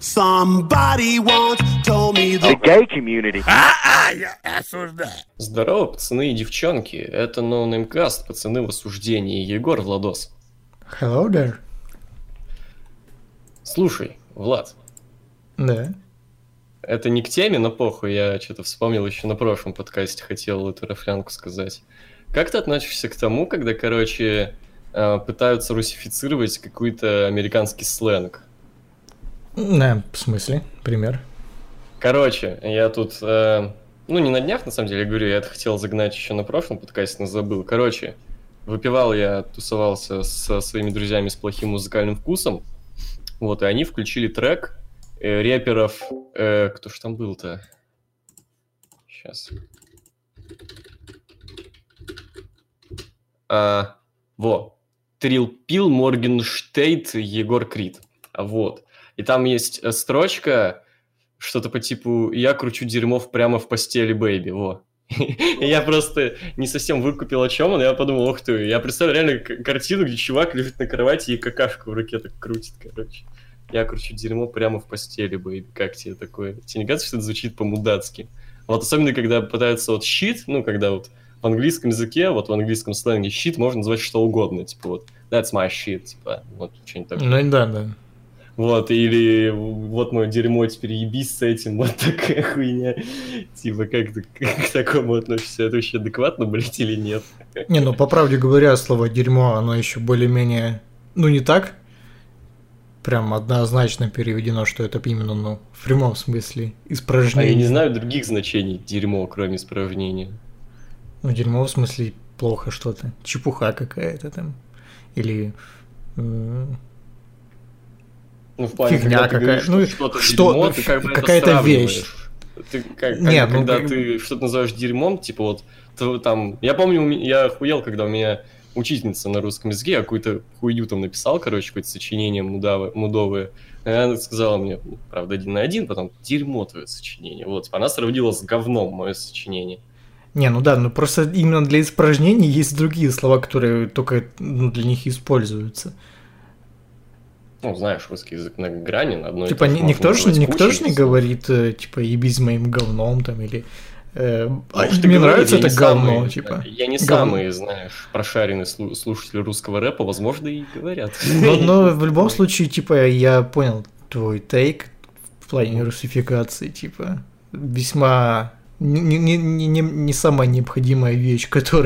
Somebody once told me The gay community. Я осуждаю. Здорово, пацаны и девчонки. Это NoNameCast, пацаны в осуждении. Егор, Владос. Hello there. Слушай, Влад, Да. это не к теме, но похуй, я что-то вспомнил еще на прошлом подкасте, хотел эту рафлянку сказать. Как ты относишься к тому, когда, пытаются русифицировать какой-то американский сленг? Да, в смысле? Пример. Я тут, не на днях, на самом деле, я говорю, я это хотел загнать еще на прошлом подкасте, но забыл. Выпивал я, тусовался со своими друзьями с плохим музыкальным вкусом, и они включили трек рэперов... кто ж там был-то? Сейчас. Трил Пил, Моргенштейт, Егор Крид. И там есть строчка, что-то по типу «Я кручу дерьмо прямо в постели, бэйби». Я просто не совсем выкупил, о чем он, я подумал, ух ты, я представляю реально картину, где чувак лежит на кровати и какашку в руке так крутит, «Я кручу дерьмо прямо в постели, бэйби». Как тебе такое? Тебе не кажется, что это звучит по-мудацки? Особенно, когда пытаются shit, когда в английском языке, в английском сленге shit можно назвать что угодно, that's my shit, что-нибудь такое. Ну да. Или мое дерьмо, теперь ебись с этим, такая хуйня. Как ты к такому относишься? Это вообще адекватно, блядь, или нет? Не, по правде говоря, слово дерьмо, оно еще более-менее, не так прям однозначно переведено, что это именно, в прямом смысле испражнение. А я не знаю других значений дерьмо, кроме испражнения. Дерьмо в смысле плохо что-то, чепуха какая-то там, или... в плане, фигня какая-то, что-то дерьмо, ты какая-то вещь. Когда ты что-то называешь дерьмом, я помню, я охуел, когда у меня учительница на русском языке какую-то хуйню там написал, какое-то сочинение мудовое. И она сказала мне, правда, 1 на 1, потом дерьмо твое сочинение. Она сравнила с говном мое сочинение. Просто именно для испражнений есть другие слова, которые только для них используются. Знаешь, русский язык многогранен, одно никто же не говорит, ебись моим говном, там, или мне нравится это говно, Я не самый, знаешь, прошаренный слушатель русского рэпа, возможно, и говорят. Но в любом случае, я понял твой тейк в плане русификации, весьма не самая необходимая вещь,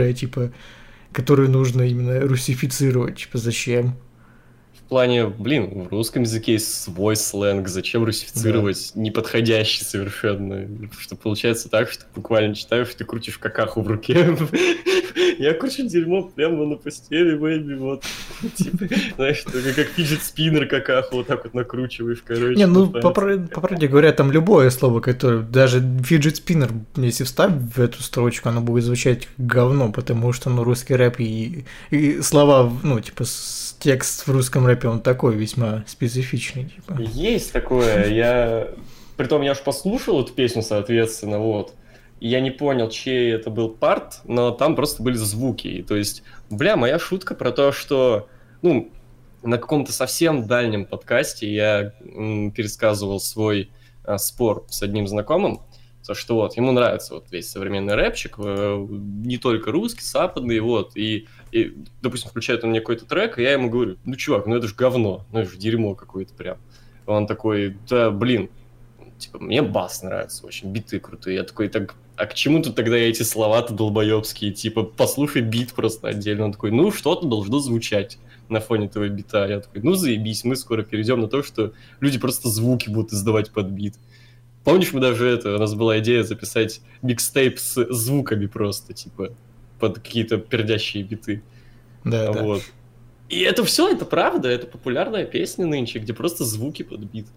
которую нужно именно русифицировать, зачем? В плане, в русском языке есть свой сленг, зачем русифицировать неподходящий совершенно? Что получается так, что ты буквально читаешь, ты крутишь какаху в руке. Я кручу дерьмо прямо на постели, бэйби, знаешь, как фиджет-спиннер какаху так накручиваешь, по правде говоря, там любое слово, которое, даже фиджет-спиннер, если вставить в эту строчку, оно будет звучать как говно, потому что, русский рэп и слова, текст в русском рэпе, он такой весьма специфичный. Есть такое. Притом я уж послушал эту песню, соответственно, и я не понял, чей это был парт, но там просто были звуки. И, то есть, моя шутка про то, что, на каком-то совсем дальнем подкасте я пересказывал свой спор с одним знакомым, что ему нравится весь современный рэпчик, не только русский, западный, и, допустим, включает он мне какой-то трек, и я ему говорю, чувак, это же говно, это же дерьмо какое-то прям. Он такой, да, мне бас нравится очень, биты крутые. Я такой, а к чему тут тогда эти слова-то долбоебские, послушай бит просто отдельно. Он такой, что-то должно звучать на фоне этого бита. Я такой, заебись, мы скоро перейдем на то, что люди просто звуки будут издавать под бит. Помнишь, у нас была идея записать микстейп с звуками просто, под какие-то пердящие биты. Да. И это все, это правда, это популярная песня нынче, где просто звуки под бит.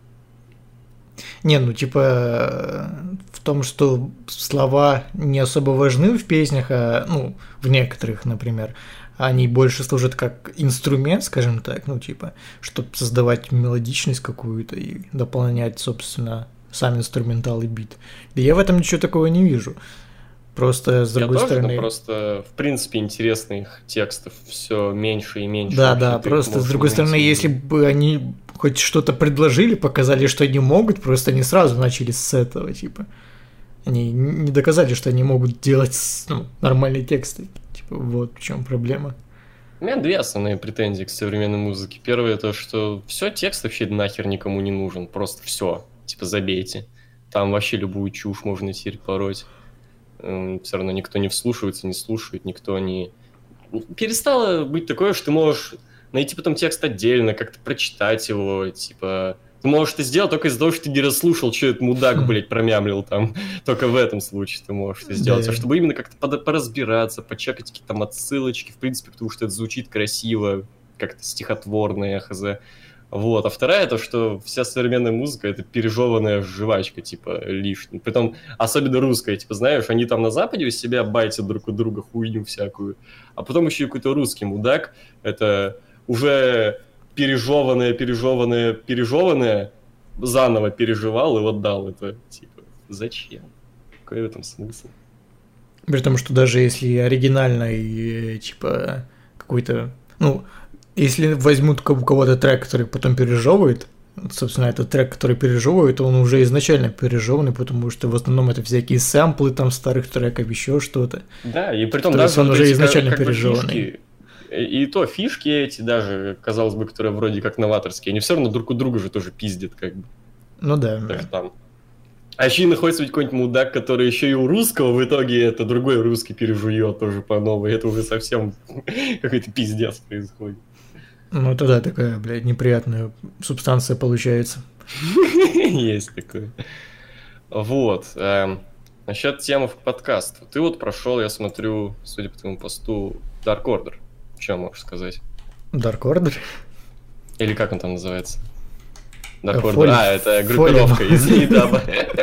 В том, что слова не особо важны в песнях, а, в некоторых, например, они больше служат как инструмент, скажем так, чтобы создавать мелодичность какую-то и дополнять, собственно, сам инструментал и бит. И я в этом ничего такого не вижу. Просто, с другой стороны... просто, в принципе, интересных текстов все меньше и меньше. Да, просто, с другой стороны, если бы они хоть что-то предложили, показали, что они могут, просто они сразу начали с этого, типа. Они не доказали, что они могут делать нормальные тексты. Типа, вот в чем проблема. У меня две основные претензии к современной музыке. Первое, то, что все, текст вообще нахер никому не нужен. Просто все. Типа, забейте. Там вообще любую чушь можно теперь пороть. Все равно никто не вслушивается, не слушает, никто не... Перестало быть такое, что ты можешь найти потом текст отдельно, как-то прочитать его, типа... Ты можешь это сделать только из-за того, что ты не расслушал, что этот мудак, блядь, промямлил там. Только в этом случае ты можешь это сделать. А чтобы именно как-то поразбираться, почекать какие-то там отсылочки, в принципе, потому что это звучит красиво, как-то стихотворно, я хз. Вот. А вторая, то, что вся современная музыка — это пережеванная жвачка, типа, лишняя. Притом, особенно русская, типа, знаешь, они там на Западе у себя байтят друг у друга хуйню всякую, а потом еще и какой-то русский мудак, это уже пережеванное, заново переживал и вот дал это, типа, зачем? Какой в этом смысл? При том, что даже если оригинальный, типа, какой-то, если возьмут у кого-то трек, который потом пережевывает, собственно, этот трек, который пережевывает, он уже изначально пережеванный, потому что в основном это всякие сэмплы там старых треков, еще что-то. Да, и при том даже он уже изначально пережеванный. Фишки, и то фишки эти даже, казалось бы, которые вроде как новаторские, они все равно друг у друга же тоже пиздят, как бы. Ну да. Так там. А еще и находится ведь какой-нибудь мудак, который еще и у русского в итоге это другой русский пережует тоже по новой. Это уже совсем какой-то пиздец происходит. Ну, это да, такая, блядь, неприятная субстанция получается. Есть такое. Вот. Насчет темы в подкаст. Ты вот прошел, я смотрю, судя по твоему посту, Dark Order. Что можешь сказать? Dark Order? Или как он там называется? Dark Order. Это группировка из Идаба.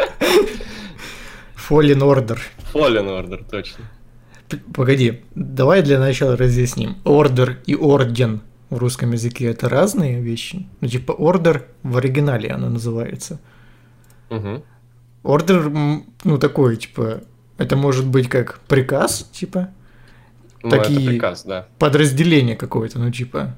Fallen Order. Fallen Order, точно. Погоди, давай для начала разъясним. Order и Орден в русском языке это разные вещи. Ну, типа, Order в оригинале оно называется. Угу. Order, такой, типа, это может быть как приказ, типа. Такие это приказ, да. Подразделение какое-то, типа.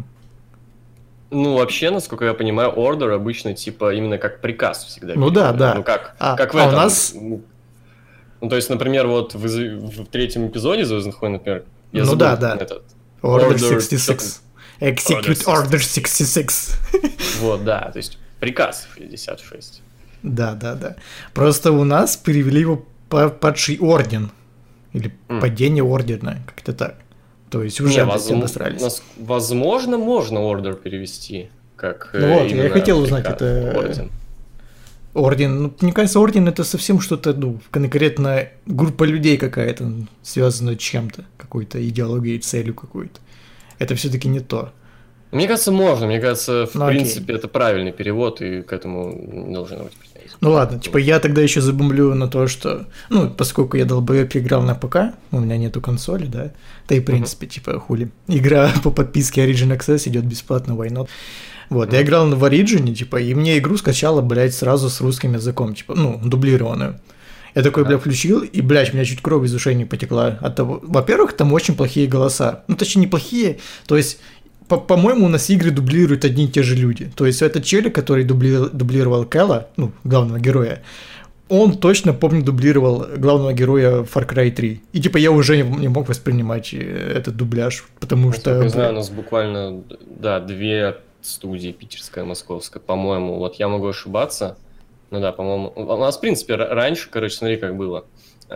Вообще, насколько я понимаю, Order обычно, типа, именно как приказ всегда. Да. Как в этом. У нас... то есть, например, вот в третьем эпизоде «Звездных войн», например, я забыл этот... Order 66. Execute Order 66. Вот, да, то есть приказ 66. Да. Просто у нас перевели его «Падший орден». Или «Падение ордена», как-то так. То есть уже обосрались. Возможно, можно Order перевести, как я хотел узнать, это... Орден. Орден, мне кажется, орден это совсем что-то, конкретно группа людей какая-то, связанная с чем-то, какой-то идеологией, целью какой-то. Это все-таки не то. Мне кажется, можно. Мне кажется, в принципе, это правильный перевод, и к этому не должно быть претензий. Ну ладно, типа я тогда еще забомблю на то, что, поскольку я долбоёб играл на ПК, у меня нету консоли, да, и в принципе, типа, хули. Игра по подписке Origin Access идет бесплатно, why not? Вот, я играл в Origin, типа, и мне игру скачало, блядь, сразу с русским языком, типа, дублированную. Я такой, включил, и, блядь, у меня чуть кровь из ушей не потекла от того... Во-первых, там очень плохие голоса. Точнее, неплохие, то есть... По-моему, у нас игры дублируют одни и те же люди. То есть этот челик, который дублировал Кэла, главного героя, он точно, помню, дублировал главного героя Far Cry 3. И типа я уже не мог воспринимать этот дубляж, потому что... Я знаю, у нас буквально, две студии, питерская, московская, по-моему. Вот я могу ошибаться. По-моему... У нас, в принципе, раньше, смотри, как было.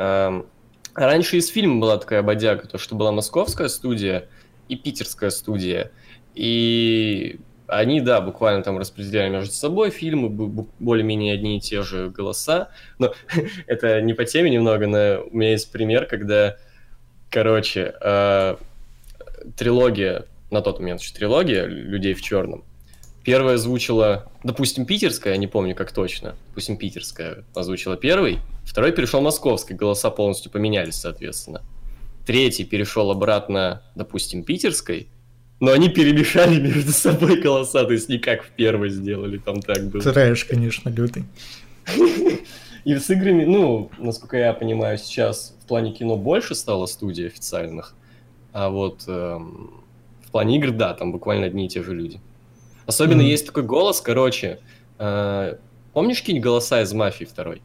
Раньше из фильма была такая бодяга, то, что была московская студия и питерская студия. И они, буквально там распределяли между собой фильмы, более-менее одни и те же голоса. Но это не по теме немного, но у меня есть пример, когда, трилогия, на тот момент еще трилогия «Людей в черном», первая озвучила, допустим, питерская, я не помню как точно, допустим, питерская озвучила первый, второй перешел московский, голоса полностью поменялись, соответственно. Третий перешел обратно, допустим, питерской, но они перемешали между собой голоса, то есть не как в первой сделали, там так было. Трэш, конечно, лютый. И с играми, насколько я понимаю, сейчас в плане кино больше стало студий официальных, а вот в плане игр, там буквально одни и те же люди. Особенно есть такой голос, короче. Помнишь какие-нибудь голоса из «Мафии» второй?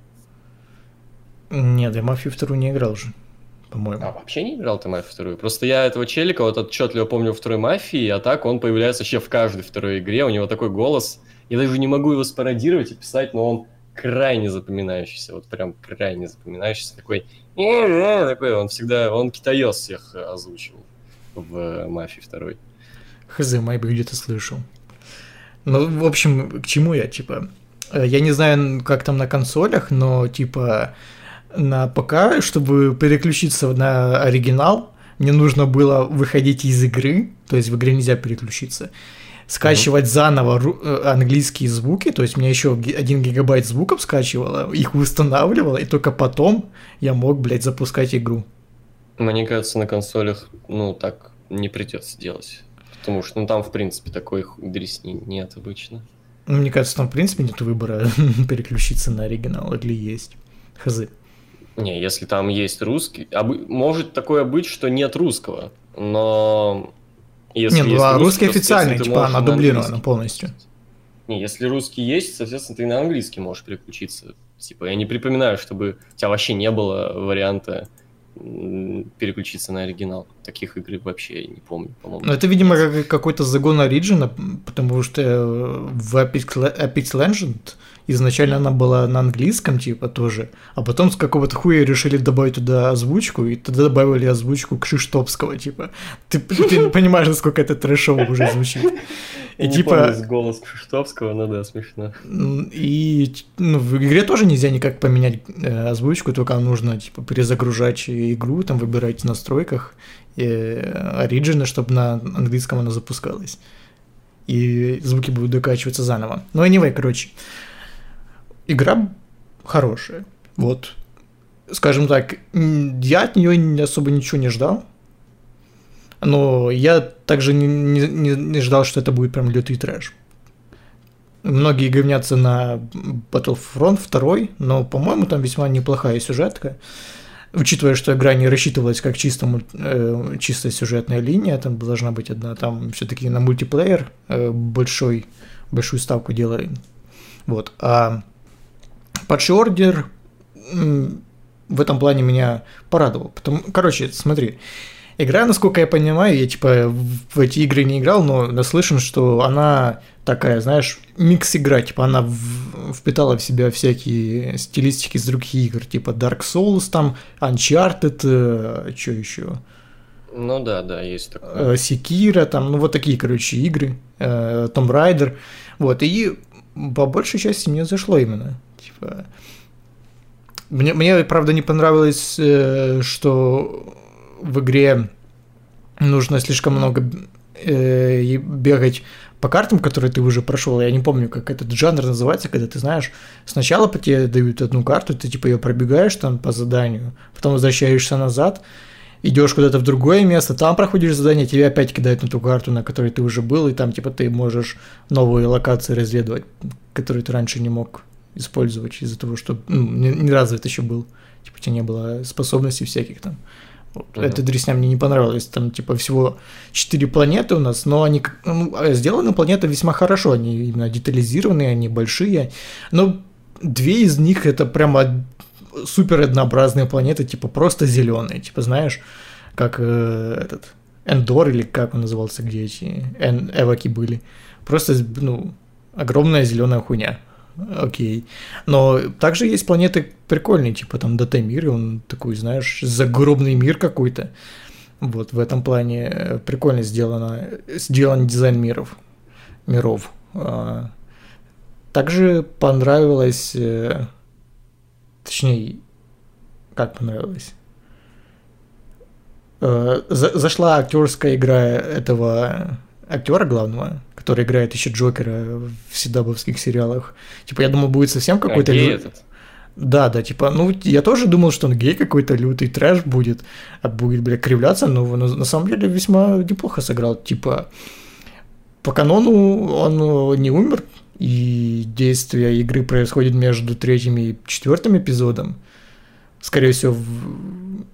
Нет, я «Мафию» вторую не играл же, по-моему. А вообще не играл ты «Мафию» вторую? Просто я этого челика вот отчетливо помню во второй «Мафии», а так он появляется вообще в каждой второй игре, у него такой голос. Я даже не могу его спародировать и писать, но он крайне запоминающийся, вот прям крайне запоминающийся, такой, он всегда, он китаёс всех озвучивал в «Мафии» второй. Хз, майбы где-то слышал. Ну, в общем, к чему я, типа, я не знаю, как там на консолях, но, типа, на ПК, чтобы переключиться на оригинал, мне нужно было выходить из игры, то есть в игре нельзя переключиться, скачивать заново английские звуки, то есть мне еще 1 гигабайт звуков скачивало, их устанавливало, и только потом я мог, блядь, запускать игру. Мне кажется, на консолях, ну, так не придется делать. Потому что, ну, там, в принципе, такой дресни нет обычно. Мне кажется, там, в принципе, нет выбора переключиться на оригинал, или есть. Хз. Не, если там есть русский... Может такое быть, что нет русского, но... Если не, ну есть а русский то, официальный, типа, она дублирована полностью. Не, если русский есть, соответственно, ты и на английский можешь переключиться. Типа, я не припоминаю, чтобы у тебя вообще не было варианта переключиться на оригинал. Таких игр вообще я не помню, по-моему. Ну, это, видимо, какой-то загон Origin, потому что в Apex Legends изначально она была на английском, типа, тоже, а потом с какого-то хуя решили добавить туда озвучку, и тогда добавили озвучку Кшиштопского, типа. Ты понимаешь, насколько это трэшово уже звучит. И типа... голос Кшиштопского, ну да, смешно. И в игре тоже нельзя никак поменять озвучку, только нужно, типа, перезагружать игру, там, выбирать в настройках Origin, чтобы на английском она запускалась. И звуки будут докачиваться заново. Ну, anyway, короче. Игра хорошая. Вот. Скажем так, я от нее особо ничего не ждал. Но я также не ждал, что это будет прям лютый трэш. Многие говнятся на Battlefront 2, но, по-моему, там весьма неплохая сюжетка. Учитывая, что игра не рассчитывалась как чистая сюжетная линия, там должна быть одна, там все-таки на мультиплеер большую ставку делали. Вот. А Patch Order в этом плане меня порадовал. Короче, смотри, игра, насколько я понимаю, я типа в эти игры не играл, но наслышан, что она такая, знаешь, микс-игра, типа она впитала в себя всякие стилистики из других игр, типа Dark Souls, там, Uncharted, что еще? Ну да, есть такое. Sekiro, там, ну вот такие, короче, игры, Tomb Raider, вот, и по большей части мне зашло именно, типа... Мне, правда, не понравилось, что в игре нужно слишком много бегать по картам, которые ты уже прошел. Я не помню, как этот жанр называется, когда ты знаешь, сначала по тебе дают одну карту, ты типа ее пробегаешь там по заданию, потом возвращаешься назад, идешь куда-то в другое место, там проходишь задание, тебе опять кидают на ту карту, на которой ты уже был, и там типа ты можешь новые локации разведывать, которые ты раньше не мог использовать из-за того, что не развит еще был. Типа у тебя не было способностей всяких там. Вот. Эта дресня мне не понравилась. Там типа всего 4 планеты у нас, но они сделаны планеты весьма хорошо. Они именно детализированные, они большие. Но 2 из них это прямо супер однообразные планеты, типа просто зеленые. Типа знаешь, как этот Эндор или как он назывался, где эти эвоки были. Просто огромная зеленая хуйня. Окей. Но также есть планеты прикольные, типа там Датамир, он такой, знаешь, загробный мир какой-то. Вот в этом плане прикольно сделан дизайн миров. Также понравилось, точнее, как понравилось? Зашла актерская игра этого актера главного, который играет еще Джокера в седабовских сериалах. Типа, я думал, будет совсем какой-то... этот? Да, типа, я тоже думал, что он гей какой-то, лютый трэш будет, бля, кривляться, но на самом деле весьма неплохо сыграл. Типа, по канону он не умер, и действие игры происходит между 3-м и 4-м эпизодом. Скорее всего,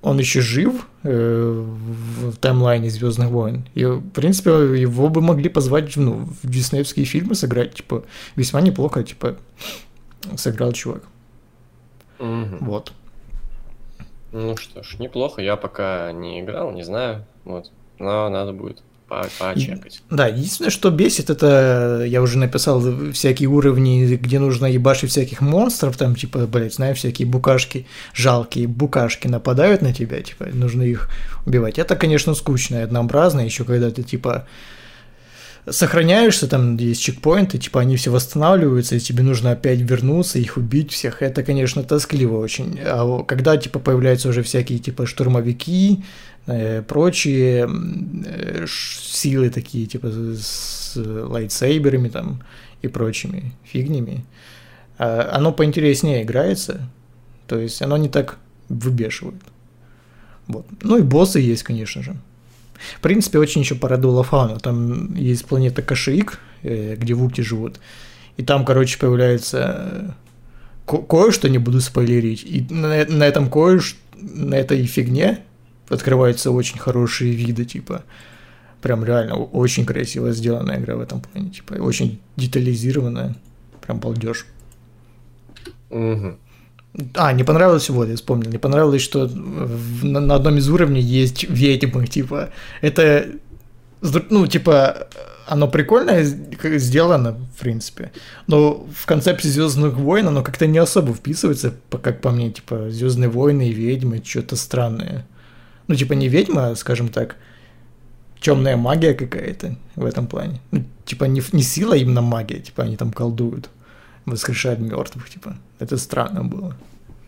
он еще жив в таймлайне «Звездных войн». И, в принципе, его бы могли позвать в диснеевские фильмы сыграть. Типа, весьма неплохо, типа, сыграл чувак. Вот. Ну что ж, неплохо. Я пока не играл, не знаю. Вот. Но надо будет почекать. Да, единственное, что бесит, это я уже написал всякие уровни, где нужно ебашить всяких монстров, там, типа, блядь, знаю, всякие букашки, жалкие букашки нападают на тебя, типа, нужно их убивать. Это, конечно, скучно и однообразно, еще когда ты, типа, сохраняешься, там есть чекпоинты, типа, они все восстанавливаются, и тебе нужно опять вернуться, их убить всех, это, конечно, тоскливо очень. А когда, типа, появляются уже всякие, типа, штурмовики, прочие силы такие, типа, с лайтсейберами там и прочими фигнями, оно поинтереснее играется, то есть оно не так выбешивает. Вот. Ну и боссы есть, конечно же. В принципе, очень еще порадовала фауна. Там есть планета Кашиик, где вупти живут. И там, короче, появляется кое-что, не буду спойлерить. И на этом на этой фигне открываются очень хорошие виды, типа. Прям реально очень красиво сделанная игра в этом плане. Типа, очень детализированная. Прям балдеж. Угу. Не понравилось, вот, я вспомнил, не понравилось, что на одном из уровней есть ведьмы, типа, это, ну, типа, оно прикольно сделано, в принципе, но в концепции «Звездных войн» оно как-то не особо вписывается, как по мне, типа, «Звездные войны» и ведьмы, что-то странное. Ну, типа, не ведьма, а, скажем так, темная магия какая-то в этом плане. Ну, типа, не сила, а именно магия, типа, они там колдуют. Воскрешает мертвых, типа. Это странно было.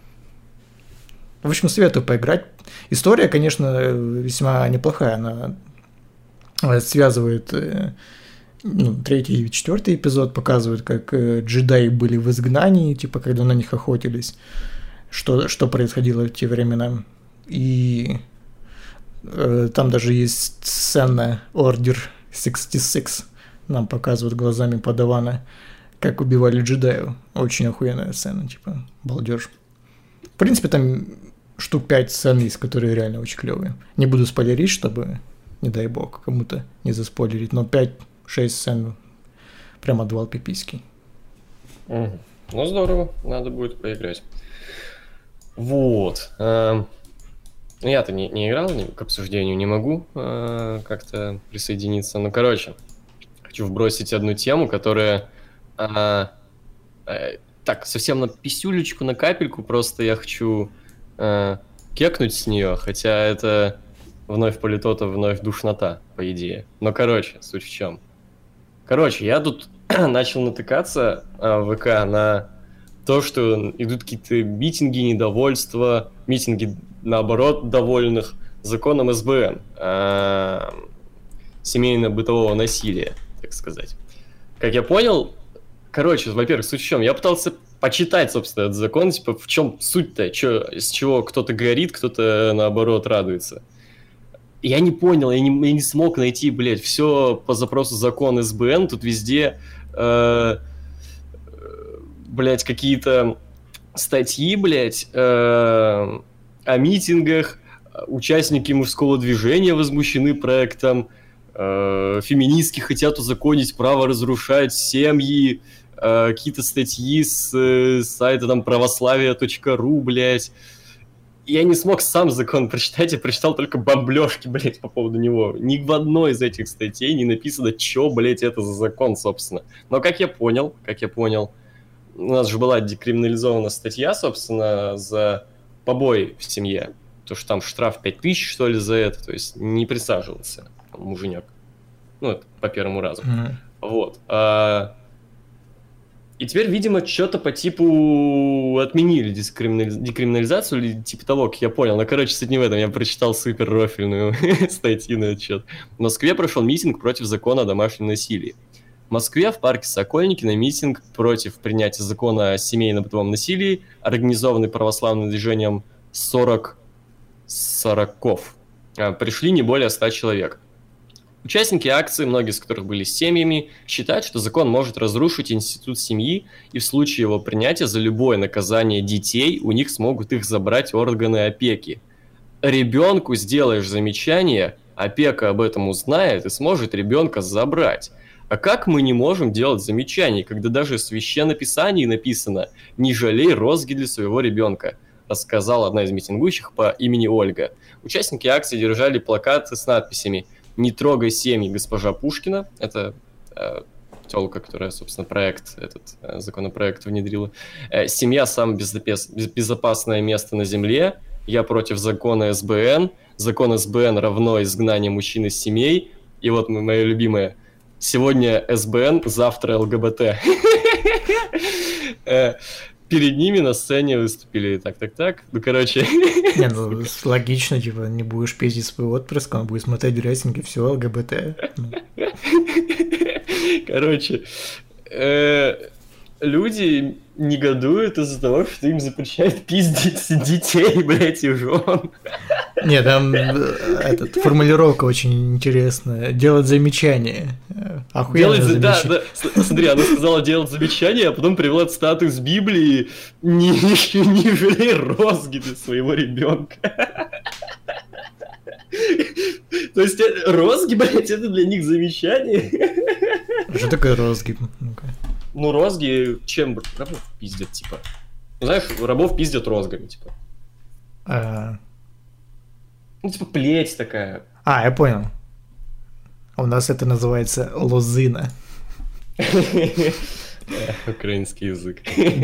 В общем, советую поиграть. История, конечно, весьма неплохая. Она связывает третий и четвертый эпизод, показывает, как джедаи были в изгнании, типа, когда на них охотились, что происходило в те времена. И там даже есть сцена Order 66. Нам показывают глазами подавана, как убивали джедаев. Очень охуенная сцена, типа, балдеж. В принципе, там штук 5 сцен есть, которые реально очень клевые. Не буду спойлерить, чтобы, не дай бог, кому-то не заспойлерить, но 5-6 сцен прям отвал пиписьки. Ну, здорово, надо будет поиграть. Вот. Я-то не играл, к обсуждению не могу как-то присоединиться. Ну, короче, хочу вбросить одну тему, которая... так, совсем на писюлечку, на капельку, просто я хочу кекнуть с нее, хотя это вновь политота, вновь душнота, по идее. Но, короче, суть в чем. Короче, я тут начал натыкаться в ВК на то, что идут какие-то митинги, недовольства, митинги, наоборот, довольных законом СБН, семейно-бытового насилия, так сказать. Как я понял, короче, во-первых, суть в чем? Я пытался почитать, собственно, этот закон, типа, в чем суть-то, с чего кто-то горит, кто-то, наоборот, радуется. Я не понял, я не смог найти, блядь, все по запросу закон СБН, тут везде, блядь, какие-то статьи, блядь, о митингах, участники мужского движения возмущены проектом, феминистки хотят узаконить право разрушать семьи, какие-то статьи с сайта там православие.ру, блядь. Я не смог сам закон прочитать, я прочитал только бомблёжки, блядь, по поводу него. Ни в одной из этих статей не написано, что, блядь, это за закон, собственно. Но как я понял, у нас же была декриминализована статья, собственно, за побои в семье. То, что там штраф 5000, что ли, за это. То есть не присаживался муженек. Ну, это по первому разу. Вот. И теперь, видимо, что-то по типу отменили декриминализацию или типа того, как я понял. Но, короче, суть не в этом. Я прочитал супер рофильную статью на этот счет. В Москве прошел митинг против закона о домашнем насилии. В Москве в парке Сокольники на митинг против принятия закона о семейно-бытовом насилии, организованный православным движением 40-ков, пришли не более 100 человек. Участники акции, многие из которых были семьями, считают, что закон может разрушить институт семьи, и в случае его принятия за любое наказание детей у них смогут их забрать органы опеки. ребенку сделаешь замечание, опека об этом узнает и сможет ребенка забрать. А как мы не можем делать замечаний, когда даже в Священном Писании написано «Не жалей розги для своего ребенка», рассказала одна из митингующих по имени Ольга. Участники акции держали плакаты с надписями «Не трогай семьи госпожа Пушкина». Это тёлка, которая, собственно, законопроект внедрила. «Семья – самое безопасное место на земле. Я против закона СБН. Закон СБН равно изгнание мужчин из семей». И вот моя любимая. Сегодня СБН, завтра ЛГБТ. Перед ними на сцене выступили так. Ну, короче. Не, ну, логично, типа, не будешь пиздить своего отпрыска, он будет смотреть рейтинги, все, ЛГБТ. Короче, люди негодуют из-за того, что им запрещают пиздить детей, блядь, и жен. Не, там формулировка очень интересная. Делать замечания. Охуенное замечание. Да. Смотри, она сказала делать замечания, а потом привела цитату из Библии «Не жалей розги для своего ребенка». То есть розги, блядь, это для них замечание. Что такое розги? Ну, розги чем рабов пиздят, типа? Ну, знаешь, рабов пиздят розгами, типа. Ну, типа, плеть такая. Я понял. У нас это называется лозына. Украинский язык.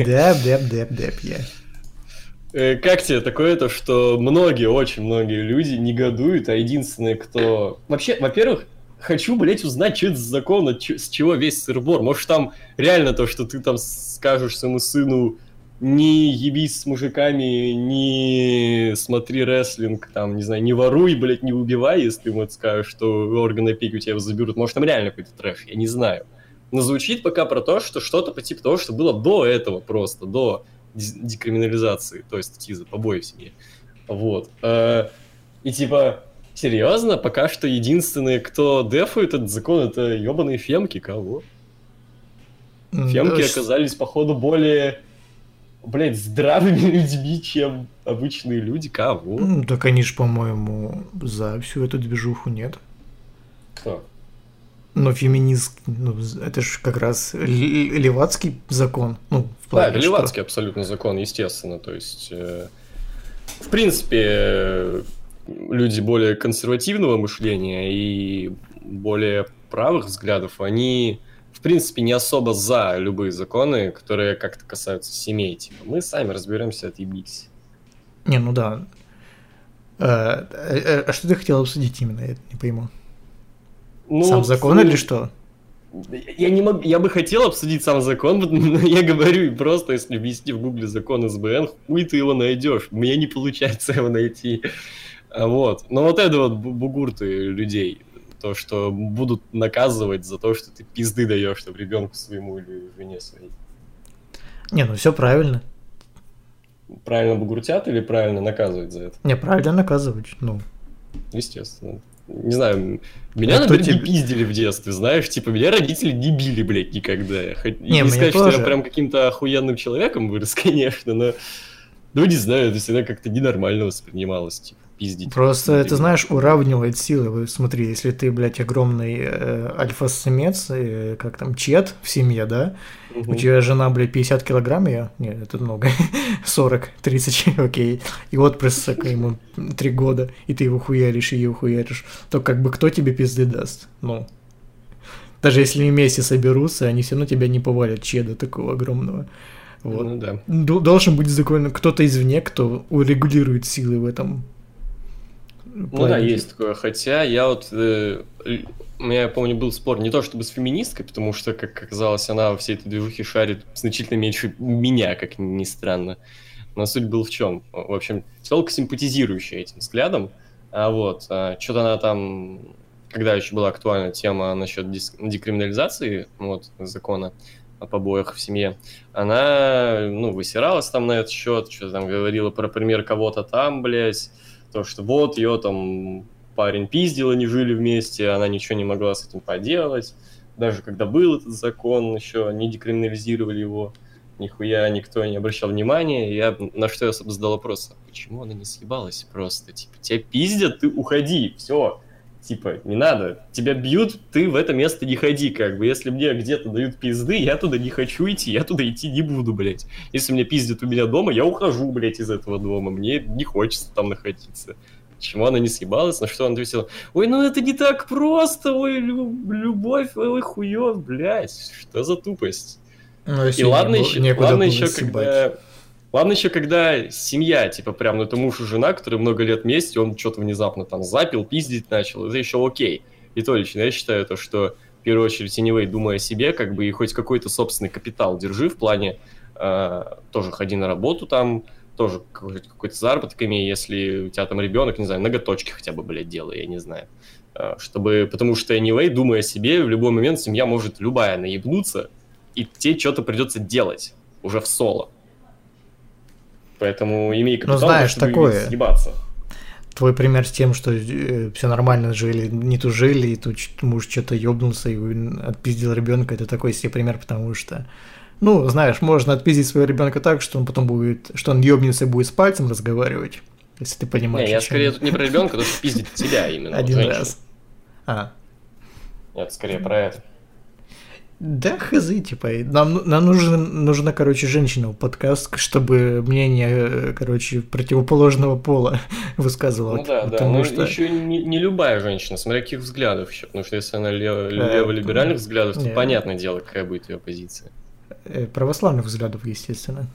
Как тебе такое-то, что очень многие люди негодуют, а единственные, кто... Вообще, во-первых, хочу, блять, узнать, что это за закон, с чего весь сыр-бор. Может, там реально то, что ты там скажешь своему сыну не ебись с мужиками, не смотри рестлинг, там, не знаю, не воруй, блять, не убивай, если ему это скажешь, что органы опеки у тебя заберут. Может, там реально какой-то трэш, я не знаю. Но звучит пока про то, что что-то по типу того, что было до этого просто, до декриминализации, то есть статьи за побои в семье. Вот. И типа... Серьезно? Пока что единственные, кто дефует этот закон, это ебаные фемки. Кого? Фемки оказались, походу, более, блядь, здравыми людьми, чем обычные люди. Кого? Так они же, по-моему, за всю эту движуху, нет? Кто? Но феминист, это же как раз левацкий закон. Ну, в плане, да, левацкий абсолютно закон, естественно. То есть, в принципе... люди более консервативного мышления и более правых взглядов, они, в принципе, не особо за любые законы, которые как-то касаются семей. Типа, мы сами разберемся, отъебись. Не, ну да. А что ты хотел обсудить именно? Я не пойму. Ну, сам закон или что? Я бы хотел обсудить сам закон, но я говорю, просто если ввести в гугле закон СБН, хуй ты его найдешь. У меня не получается его найти. Вот. Но вот это вот бугурты людей, то, что будут наказывать за то, что ты пизды даешь там ребенку своему или жене своей. Не, ну все правильно. Правильно бугуртят или правильно наказывать за это? Не, правильно наказывать, ну. Естественно. Не знаю, меня, наверное, не пиздили в детстве, знаешь, типа, меня родители не били, блядь, никогда. Не сказать, что я прям каким-то охуенным человеком вырос, конечно, но, ну, не знаю, это всегда как-то ненормально воспринималось, типа. Пиздить. Просто это, знаешь, уравнивает силы. Смотри, если ты, блядь, огромный альфа-самец, как там, чет в семье, да? У тебя жена, блядь, 50 килограмм, нет, это много, 40, 30, окей. И отпрыск ему 3 года, и ты его хуяришь, и ее хуяришь, то как бы кто тебе пизды даст? Ну, даже если они вместе соберутся, они все равно тебя не повалят, чеда такого огромного. Вот. Ну, да. Должен быть закон, кто-то извне, кто урегулирует силы в этом. Ну да, есть такое. Хотя я вот... у меня, я помню, был спор не то чтобы с феминисткой, потому что, как оказалось, она во всей этой движухе шарит значительно меньше меня, как ни странно. Но суть была в чем? В общем, тёлка, симпатизирующая этим взглядом. Что-то она там... Когда еще была актуальна тема насчет декриминализации закона о побоях в семье, она, высиралась там на этот счет, что-то там говорила про пример кого-то там, блядь, то, что вот ее там парень пиздил, они жили вместе, она ничего не могла с этим поделать. Даже когда был этот закон, еще не декриминализировали его. нихуя никто не обращал внимания. На что я задал вопрос, а почему она не съебалась просто? Типа, тебя пиздят, ты уходи, все. Типа, не надо, тебя бьют, ты в это место не ходи, как бы. Если мне где-то дают пизды, я туда не хочу идти, я туда идти не буду, блядь. Если меня пиздят у меня дома, я ухожу, блядь, из этого дома, мне не хочется там находиться. Почему она не съебалась, на что она ответила, ой, ну это не так просто, ой, любовь, ой, хуёв, блядь, что за тупость? Ну, И ладно еще, когда семья, типа, прям, ну, это муж и жена, которые много лет вместе, он что-то внезапно там запил, пиздить начал, это еще окей. И то лично я считаю то, что, в первую очередь, Anyway, думай о себе, как бы, и хоть какой-то собственный капитал держи в плане, тоже ходи на работу там, тоже какой-то заработок имей, если у тебя там ребенок, не знаю, ноготочки хотя бы, блядь, делай, я не знаю. Потому что, anyway, думая о себе, в любой момент семья может любая наебнуться, и тебе что-то придется делать уже в соло. Поэтому имей капитал, знаешь, чтобы такое... съебаться. Твой пример с тем, что все нормально жили, не тужили, и тут муж что-то ёбнулся и отпиздил ребенка, это такой себе пример, потому что, ну, знаешь, можно отпиздить своего ребенка так, что он потом будет, что он ёбнется и будет с пальцем разговаривать, если ты понимаешь. Не, я скорее тут не про ребенка, тут пиздить тебя именно. Один раз. Нет, скорее про это. Да, хз, типа, нам нужна, короче, женщина в подкаст, чтобы мнение, короче, противоположного пола высказывала. Ну да, но что... еще не любая женщина, смотря каких взглядов еще, потому что если она леволиберальных взглядов, то понятное дело, какая будет ее позиция. Православных взглядов, естественно.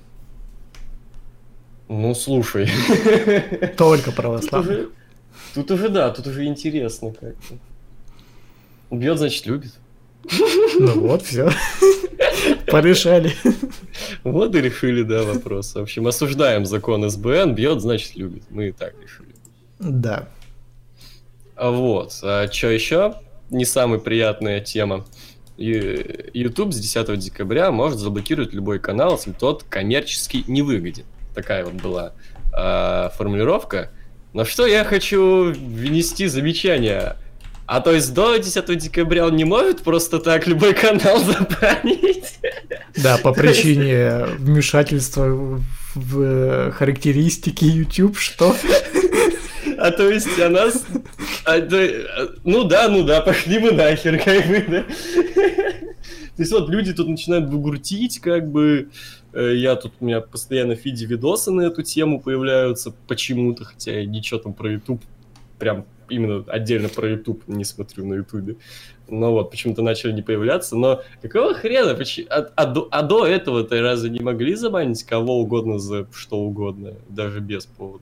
Ну, слушай. Только православных. Тут уже интересно как-то. Бьет, значит, любит. Ну вот, все. Порешали. Вот и решили, да, вопрос. В общем, осуждаем закон СБН, бьет, значит, любит. Мы и так решили. Да. Вот. А что еще? Не самая приятная тема. YouTube с 10 декабря может заблокировать любой канал, если тот коммерчески не выгоден. Такая вот была формулировка. Но что я хочу внести замечание. А то есть до 10 декабря он не может просто так любой канал забанить? Да, по причине вмешательства в характеристики YouTube, что? А то есть она... Ну да, пошли мы нахер, как бы, да? То есть вот люди тут начинают бугуртить, как бы... У меня постоянно в фиде видосы на эту тему появляются почему-то, хотя я ничего там про YouTube прям именно отдельно про YouTube не смотрю на YouTube. Но вот, почему-то начали не появляться. Но какого хрена? А до этого-то разве не могли забанить кого угодно за что угодно, даже без повода?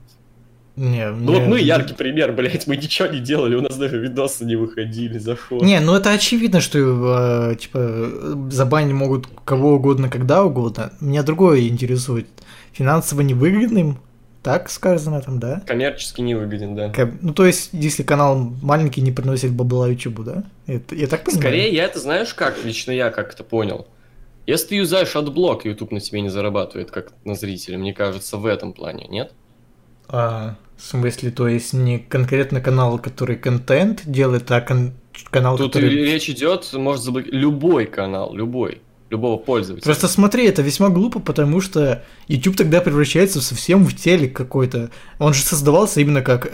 Вот мы яркий пример, блять, мы ничего не делали, у нас даже видосы не выходили, за что. Не, ну это очевидно, что типа забанить могут кого угодно, когда угодно. Меня другое интересует. Финансово невыгодным, так сказано там, да? Коммерчески невыгоден, да. Ну то есть, если канал маленький, не приносит бабла YouTube, да? Я так понимаю? Скорее, я это знаешь как? Лично я как это понял. Если ты юзаешь отблок, YouTube на тебе не зарабатывает, как на зрителя, мне кажется, в этом плане, нет? В смысле, то есть не конкретно канал, который контент делает, а канал, тут который... Тут речь идет, может заблокировать любой канал, любого пользователя. Просто смотри, это весьма глупо, потому что YouTube тогда превращается совсем в телек какой-то. Он же создавался именно как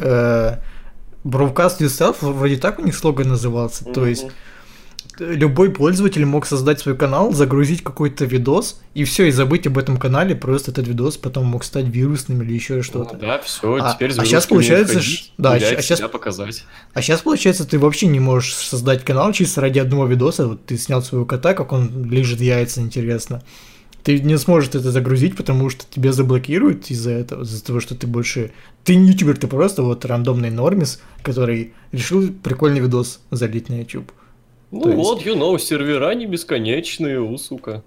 Broadcast Yourself, вроде так у них слоган назывался. То есть любой пользователь мог создать свой канал, загрузить какой-то видос, и все, и забыть об этом канале, просто этот видос потом мог стать вирусным или еще что-то. Ну, да, все, теперь сейчас получается, показать. А сейчас получается, ты вообще не можешь создать канал чисто ради одного видоса. Вот ты снял своего кота, как он лижет яйца, интересно. Ты не сможешь это загрузить, потому что тебя заблокируют из-за этого, из-за того, что ты больше... Ты не ютубер, ты просто вот рандомный нормис, который решил прикольный видос залить на YouTube. Ну вот, сервера не бесконечные, сука.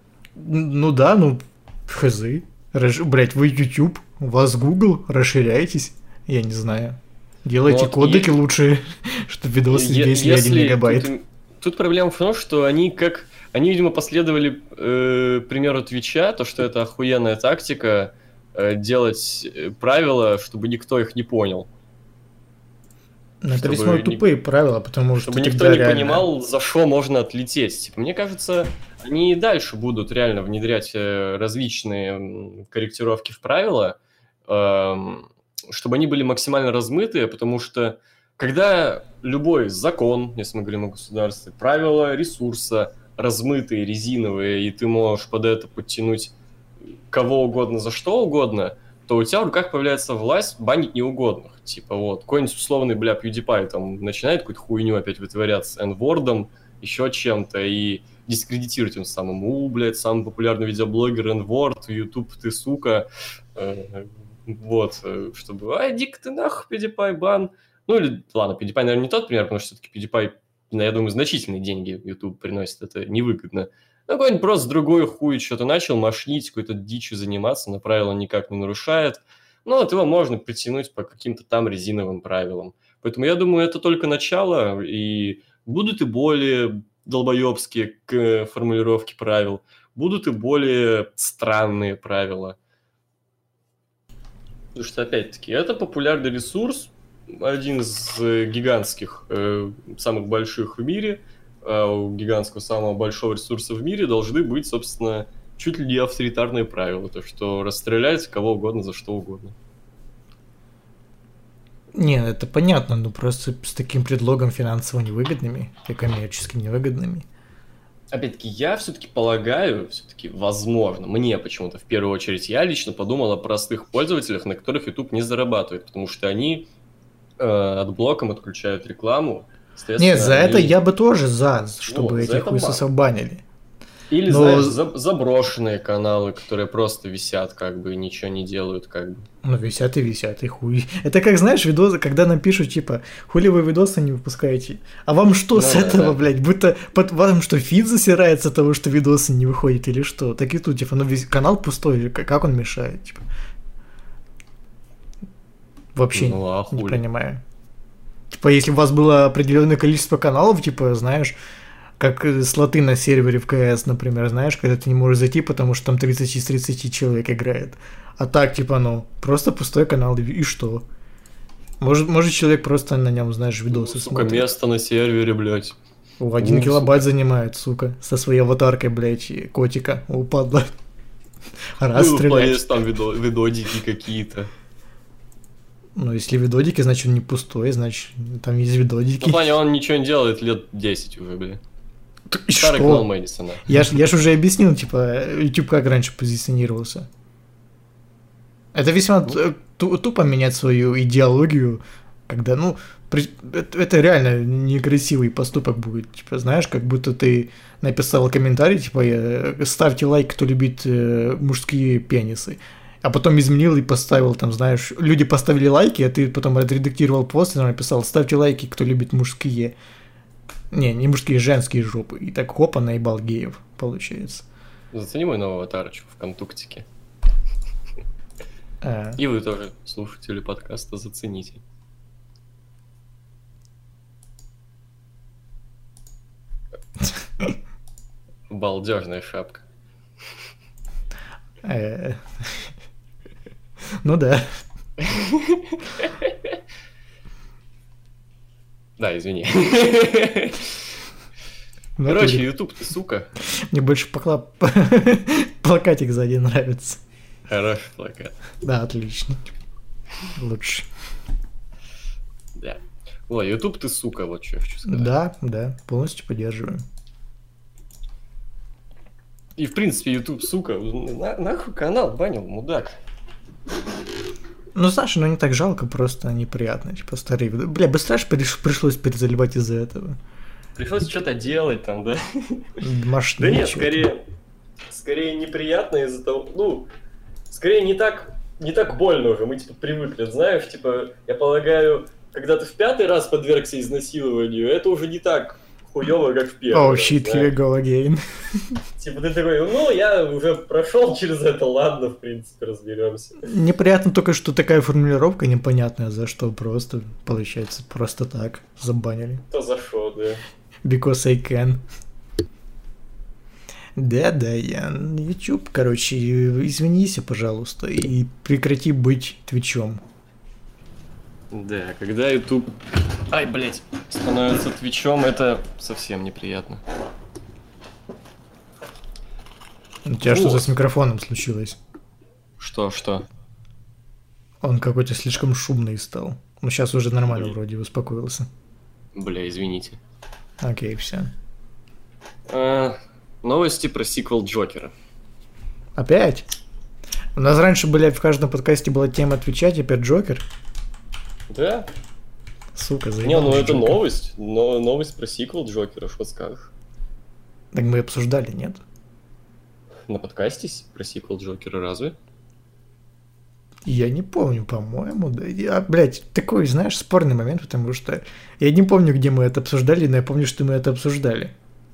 Ну да, хз. Блять, вы YouTube, у вас Google, расширяйтесь, я не знаю. Делайте кодеки лучше, чтобы видосы весили 1 мегабайт. Тут проблема в том, что они, видимо, последовали примеру Твича, то, что это охуенная тактика делать правила, чтобы никто их не понял. Ну, это чтобы весьма не- тупые правила, потому что чтобы никто тогда не реально... понимал, за что можно отлететь. Типа, мне кажется, они и дальше будут реально внедрять различные корректировки в правила, чтобы они были максимально размытые, потому что когда любой закон, если мы говорим о государстве, правила ресурса размытые, резиновые, и ты можешь под это подтянуть кого угодно за что угодно, то у тебя в руках появляется власть банить неугодных. Типа вот, какой-нибудь условный, PewDiePie там начинает какую-то хуйню опять вытворять с N-вордом, еще чем-то, и дискредитирует тем самым. Блядь, самый популярный видеоблогер N-word, YouTube, ты сука. Вот, чтобы, иди-ка ты нахуй, PewDiePie, бан. Ну или, ладно, PewDiePie, наверное, не тот пример, потому что все-таки PewDiePie, я думаю, значительные деньги YouTube приносит, это невыгодно. Ну, какой-нибудь просто другой хуй что-то начал мошнить, какой-то дичью заниматься, но правила никак не нарушает. Ну, вот его можно притянуть по каким-то там резиновым правилам. Поэтому я думаю, это только начало, и будут и более долбоебские формулировки правил, будут и более странные правила. Потому что, опять-таки, это популярный ресурс, один из гигантских, самых больших в мире. У гигантского самого большого ресурса в мире должны быть, собственно, чуть ли не авторитарные правила. То, что расстрелять кого угодно за что угодно. Не, это понятно, но просто с таким предлогом финансово невыгодными и коммерчески невыгодными. Опять-таки, я все-таки полагаю, возможно, мне почему-то в первую очередь, я лично подумал о простых пользователях, на которых YouTube не зарабатывает, потому что они отблоком отключают рекламу. Нет, за это я бы тоже чтобы за этих это хуесосов банили. Или, Но- знаешь, заброшенные каналы, которые просто висят, как бы, и ничего не делают, как бы. Ну, висят, и хуй. Это как, знаешь, видосы, когда нам пишут, типа, хули вы видосы не выпускаете? А вам что Ну с да, этого, да. блядь? Будто вам что, фид засирается от того, что видосы не выходят или что? Так и тут, типа, канал пустой, или как он мешает, типа? Вообще Ну, а не хули? понимаю. Типа, если у вас было определенное количество каналов, типа, знаешь, как слоты на сервере в КС, например, знаешь, когда ты не можешь зайти, потому что там 30 из 30 человек играет. А так, типа, ну, просто пустой канал, и что? Может человек просто на нем, знаешь, видосы Сука, смотрит. место на сервере, блядь. 1 Ну, килобайт занимает, сука, со своей аватаркой, блядь, и котика. Упадла. Раз Ну, стрелять. полез там видодики какие-то. Ну, если видодики, значит, он не пустой, значит, там есть Ну, видодики. в плане, он ничего не делает лет 10 уже, блядь. И Старый что? канал Мэдисона. Я ж уже объяснил, типа, YouTube как раньше позиционировался. Это весьма тупо менять свою идеологию, когда, ну, это реально некрасивый поступок будет. Типа, знаешь, как будто ты написал комментарий, типа, ставьте лайк, кто любит мужские пенисы. А потом изменил и поставил, там, знаешь, люди поставили лайки, а ты потом отредактировал пост и написал, ставьте лайки, кто любит мужские. Не мужские, женские жопы. И так хопа наебал геев, получается. Зацени мой новый аватарочку в контуктике. А, И вы тоже, слушатели подкаста, зацените. Балдежная шапка. Ну да. Да, извини. В Короче, натуре. YouTube, ты сука. Мне больше плакатик сзади нравится. Хороший плакат. Да, отлично. Лучше. Да. Ой, YouTube, ты сука, вот что я хочу сказать. Да, полностью поддерживаю. И, в принципе, YouTube, сука, нахуй канал банил, мудак. Ну, знаешь, ну не так жалко, просто неприятно. Типа старые видео. Бля, быстро ж пришлось перезаливать из-за этого. Пришлось что-то делать там, да? Мощно. Да нет, скорее неприятно из-за того, ну, скорее не так больно уже, мы типа привыкли, знаешь, типа, я полагаю, когда ты в 5-й раз подвергся изнасилованию, это уже не так хуёво, как в первый Oh раз, shit, знаешь. here we go again. Типа ты такой, ну, я уже прошел через это, ладно, в принципе, разберемся. Неприятно только, что такая формулировка непонятная, за что просто, получается, просто так забанили. Кто за шо, да. Because I can. Да, Ян. YouTube, короче, извинись, пожалуйста, и прекрати быть твичом. Да, когда YouTube... Ай, блять, становится твичом, это совсем неприятно. У тебя что-то с микрофоном случилось? Что? Он какой-то слишком шумный стал. Ну, сейчас уже нормально вроде, успокоился. Бля, извините. Окей, все. Новости про сиквел Джокера. Опять? У нас раньше, блядь, в каждом подкасте была тема Твича, теперь Джокер. Да? Сука, заебал. Не, ну это Джокер. новость. Но новость про сиквел Джокера, что скажешь? Так мы обсуждали, нет? На подкасте про сиквел Джокера разве? Я не помню, по-моему, да. Блядь, такой, знаешь, спорный момент, потому что я не помню, где мы это обсуждали, но я помню, что мы это обсуждали.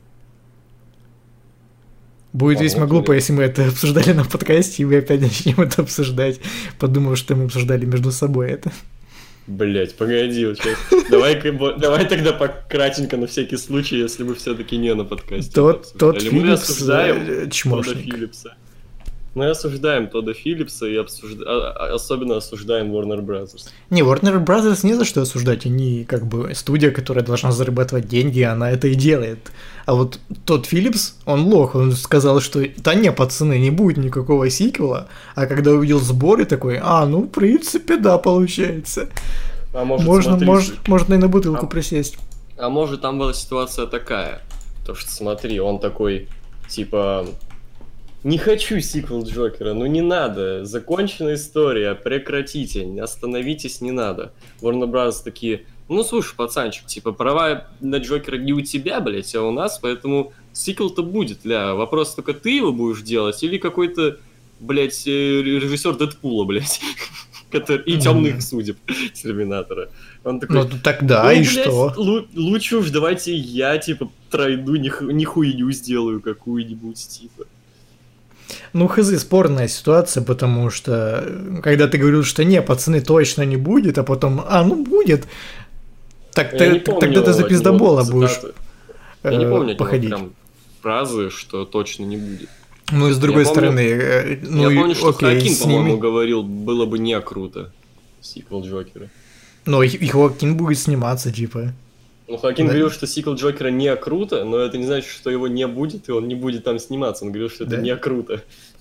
Будет весьма глупо, если мы это обсуждали на подкасте, и мы опять начнем это обсуждать, подумав, что мы обсуждали между собой это. Блять, погоди, вот сейчас. Давай тогда пократенько на всякий случай, если мы все-таки не на подкасте. Тот мы Филлипс осуждаем Тодда чмошник. Филлипса. Мы осуждаем Тодда Филлипса и особенно осуждаем Warner Brothers. Не, Warner Brothers не за что осуждать, они как бы студия, которая должна зарабатывать деньги, она это и делает. А вот тот Филлипс, он лох, он сказал, что да не, пацаны, не будет никакого сиквела, а когда увидел сборы такой, ну в принципе да, получается. А может, можно и на бутылку присесть. А может там была ситуация такая, то что смотри, он такой, типа... Не хочу сиквел Джокера, ну не надо, законченная история, прекратите, остановитесь, не надо. Warner Bros. Такие, ну слушай, пацанчик, типа права на Джокера не у тебя, блять, а у нас, поэтому сиквел-то будет, вопрос только ты его будешь делать или какой-то, блять, режиссер Дэдпула, блять, и темных судеб Терминатора. Он такой, ну тогда и блядь, что? Лучше уж давайте я, типа, тройду, не хуйню сделаю какую-нибудь, типа. Ну, хз, спорная ситуация, потому что когда ты говорил, что не, пацаны, точно не будет, а потом, ну будет, так тогда ты за пиздобола будешь Я не помню походить. Прям фразы, что точно не будет. Ну, и с другой стороны, я помню, что Хоакин, по-моему, говорил, было бы не круто сиквел Джокера. Но и Хоакин будет сниматься, типа. Ну, Хоакин говорил, что сиквел Джокера не круто, но это не значит, что его не будет, и он не будет там сниматься. Он говорил, что это не круто.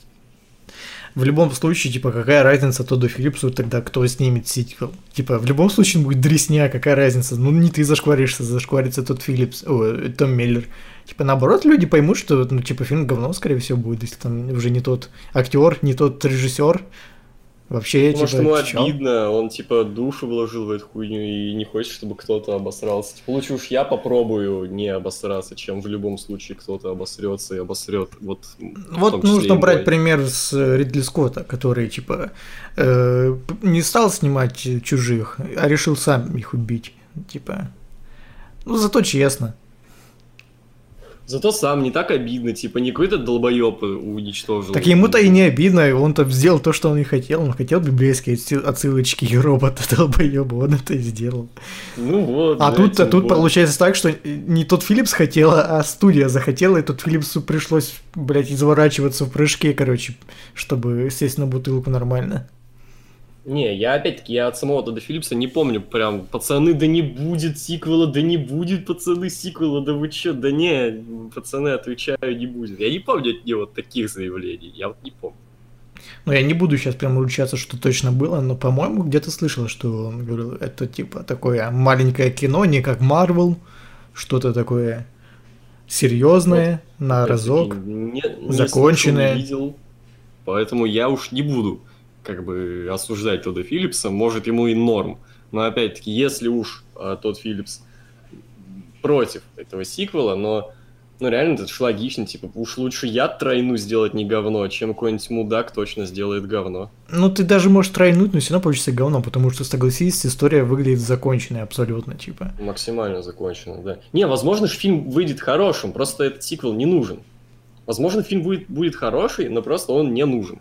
В любом случае, типа, какая разница Тодду Филлипсу тогда, кто снимет сиквел? Типа, в любом случае будет дресня, какая разница? Ну, не ты зашкваришься, зашкварится тот Том Миллер. Типа, наоборот, люди поймут, что, ну, типа, фильм говно, скорее всего, будет, если там уже не тот актер, не тот режиссер. Вообще, может, типа, ему обидно, он, типа, душу вложил в эту хуйню и не хочет, чтобы кто-то обосрался. Типа, лучше уж я попробую не обосраться, чем в любом случае кто-то обосрется и обосрет. Вот нужно брать пример с Ридли Скотта, который, типа, не стал снимать «Чужих», а решил сам их убить. Типа, ну, зато честно. Зато сам не так обидно, типа, не какой-то долбоёб уничтожил. Так ему-то и не обидно, он-то сделал то, что он и хотел. Он хотел библейские отсылочки и робота долбоёба, он это и сделал. Ну вот. А тут получается так, что не тот Филлипс хотел, а студия захотела, и тот Филлипсу пришлось, блядь, изворачиваться в прыжке, короче, чтобы сесть на бутылку нормально. Не, я от самого Тодда Филлипса не помню прям, пацаны, да не будет сиквела, да не будет, пацаны, сиквела, да вы чё, да не, пацаны, отвечаю, не будет. Я не помню от него таких заявлений, я вот не помню. Ну, я не буду сейчас прям ручаться, что точно было, но, по-моему, где-то слышал, что он говорил, это типа такое маленькое кино, не как Марвел, что-то такое серьезное, вот, на разок, законченное. Не видел, поэтому я уж не буду как бы осуждать Тодда Филлипса, может, ему и норм. Но, опять-таки, если уж тот Филлипс против этого сиквела, но реально это ж логично, типа, уж лучше я тройну сделать не говно, чем какой-нибудь мудак точно сделает говно. Ну, ты даже можешь тройнуть, но все равно получится говно, потому что, согласись, история выглядит законченной абсолютно, типа. Максимально законченной, да. Не, возможно, фильм выйдет хорошим, просто этот сиквел не нужен. Возможно, фильм будет хороший, но просто он не нужен.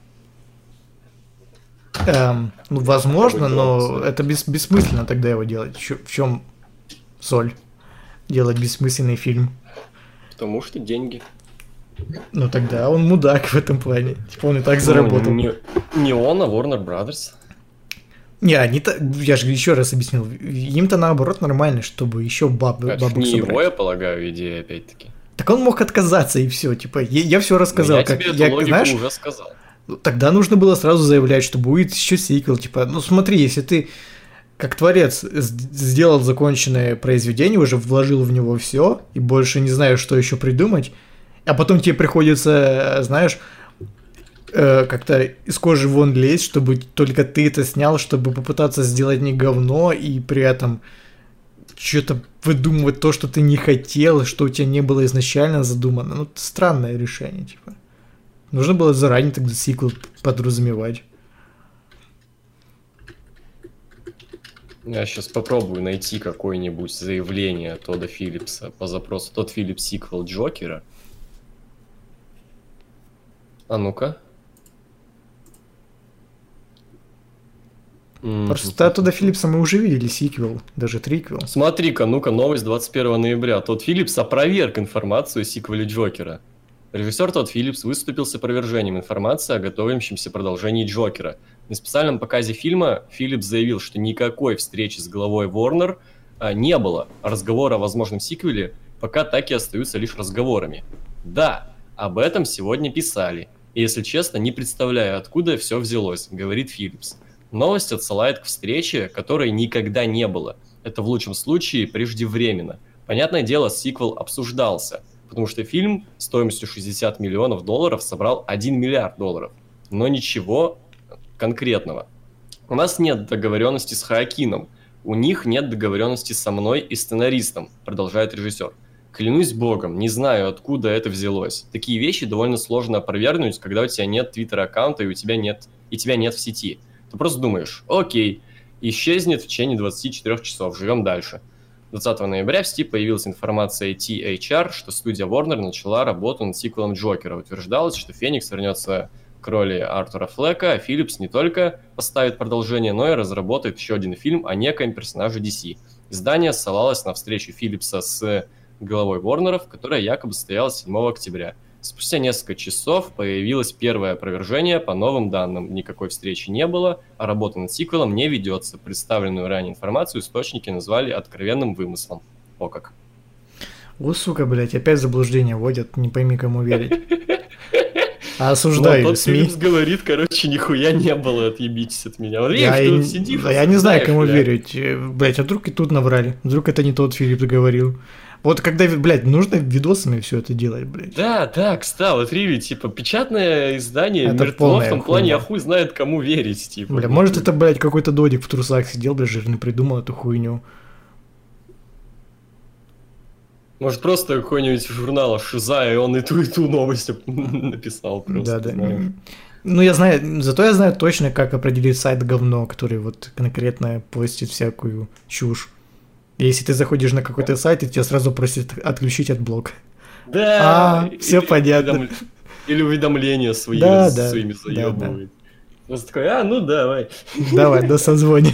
Ну, возможно, но это бессмысленно тогда его делать. В чем соль? Делать бессмысленный фильм. Потому что деньги. Ну, тогда он мудак в этом плане. Типа он и так заработал. Не он, а Warner Brothers. Не, они-то, я же еще раз объяснил, им-то наоборот нормально, чтобы еще бабок Это ж не собрать. его, я полагаю, идея, опять-таки. Так он мог отказаться и все, типа, я все рассказал. Я тебе эту логику знаешь, уже сказал. тогда нужно было сразу заявлять, что будет еще сиквел, типа, ну смотри, если ты как творец сделал законченное произведение, уже вложил в него все и больше не знаешь, что еще придумать, а потом тебе приходится, знаешь, как-то из кожи вон лезть, чтобы только ты это снял, чтобы попытаться сделать не говно и при этом что-то выдумывать то, что ты не хотел, что у тебя не было изначально задумано. Ну, это странное решение, типа. Нужно было заранее тогда сиквел подразумевать. Я сейчас попробую найти какое-нибудь заявление Тодда Филлипса по запросу Тодд Филлипс сиквел Джокера. А ну-ка. Просто оттуда Филлипса мы уже видели сиквел, даже триквел. Смотри-ка, ну-ка, новость 21 ноября. Тодд Филлипс опроверг информацию о сиквеле Джокера. Режиссер Тодд Филлипс выступил с опровержением информации о готовящемся продолжении Джокера. На специальном показе фильма Филлипс заявил, что никакой встречи с главой Warner не было. Разговоры о возможном сиквеле пока так и остаются лишь разговорами. Да, об этом сегодня писали. И, если честно, не представляю, откуда все взялось, говорит Филлипс. Новость отсылает к встрече, которой никогда не было. Это в лучшем случае преждевременно. Понятное дело, сиквел обсуждался, потому что фильм стоимостью $60 миллионов собрал $1 миллиард. Но ничего конкретного. У нас нет договоренности с Хоакином. У них нет договоренности со мной и сценаристом, продолжает режиссер. Клянусь богом, не знаю, откуда это взялось. Такие вещи довольно сложно опровергнуть, когда у тебя нет твиттер-аккаунта и тебя нет в сети. Ты просто думаешь, окей, исчезнет в течение 24 часов, живем дальше. 20 ноября в сети появилась информация THR, что студия Warner начала работу над сиквелом Джокера. Утверждалось, что Феникс вернется к роли Артура Флека, а Филлипс не только поставит продолжение, но и разработает еще один фильм о некоем персонаже DC. Издание ссылалось на встречу Филлипса с главой Warner'ов, которая якобы состоялась 7 октября. Спустя несколько часов появилось первое опровержение по новым данным. Никакой встречи не было, а работа над сиквелом не ведется. Представленную ранее информацию источники назвали откровенным вымыслом. О как. О, сука, блядь, опять заблуждение вводят, не пойми, кому верить. А осуждаю Тот СМИ. Филлипс говорит, короче, нихуя не было, отъебитесь от меня. Вот видишь, ты тут сидишь, я не знаю, кому бля. верить. Блядь, а вдруг и тут наврали? Вдруг это не тот Филлипс говорил? Вот когда, блядь, нужно видосами все это делать, блядь. Да, кстати, вот Риви, типа, печатное издание Это мертво в полная том плане, хуйня. а хуй знает, кому верить, типа. Бля, может это, блядь, какой-то додик в трусах сидел, блядь, жирный, придумал эту хуйню. Может, просто какой-нибудь журнал Шиза, и он и ту новость написал просто. Да. знаю. Ну, я знаю, зато я знаю точно, как определить сайт говно, который вот конкретно постит всякую чушь. Если ты заходишь на какой-то сайт, и тебя сразу просят отключить от блока. Да. Всё понятно. Или уведомления своими Да. заебывает. Просто такой, ну давай. Давай, до созвоне.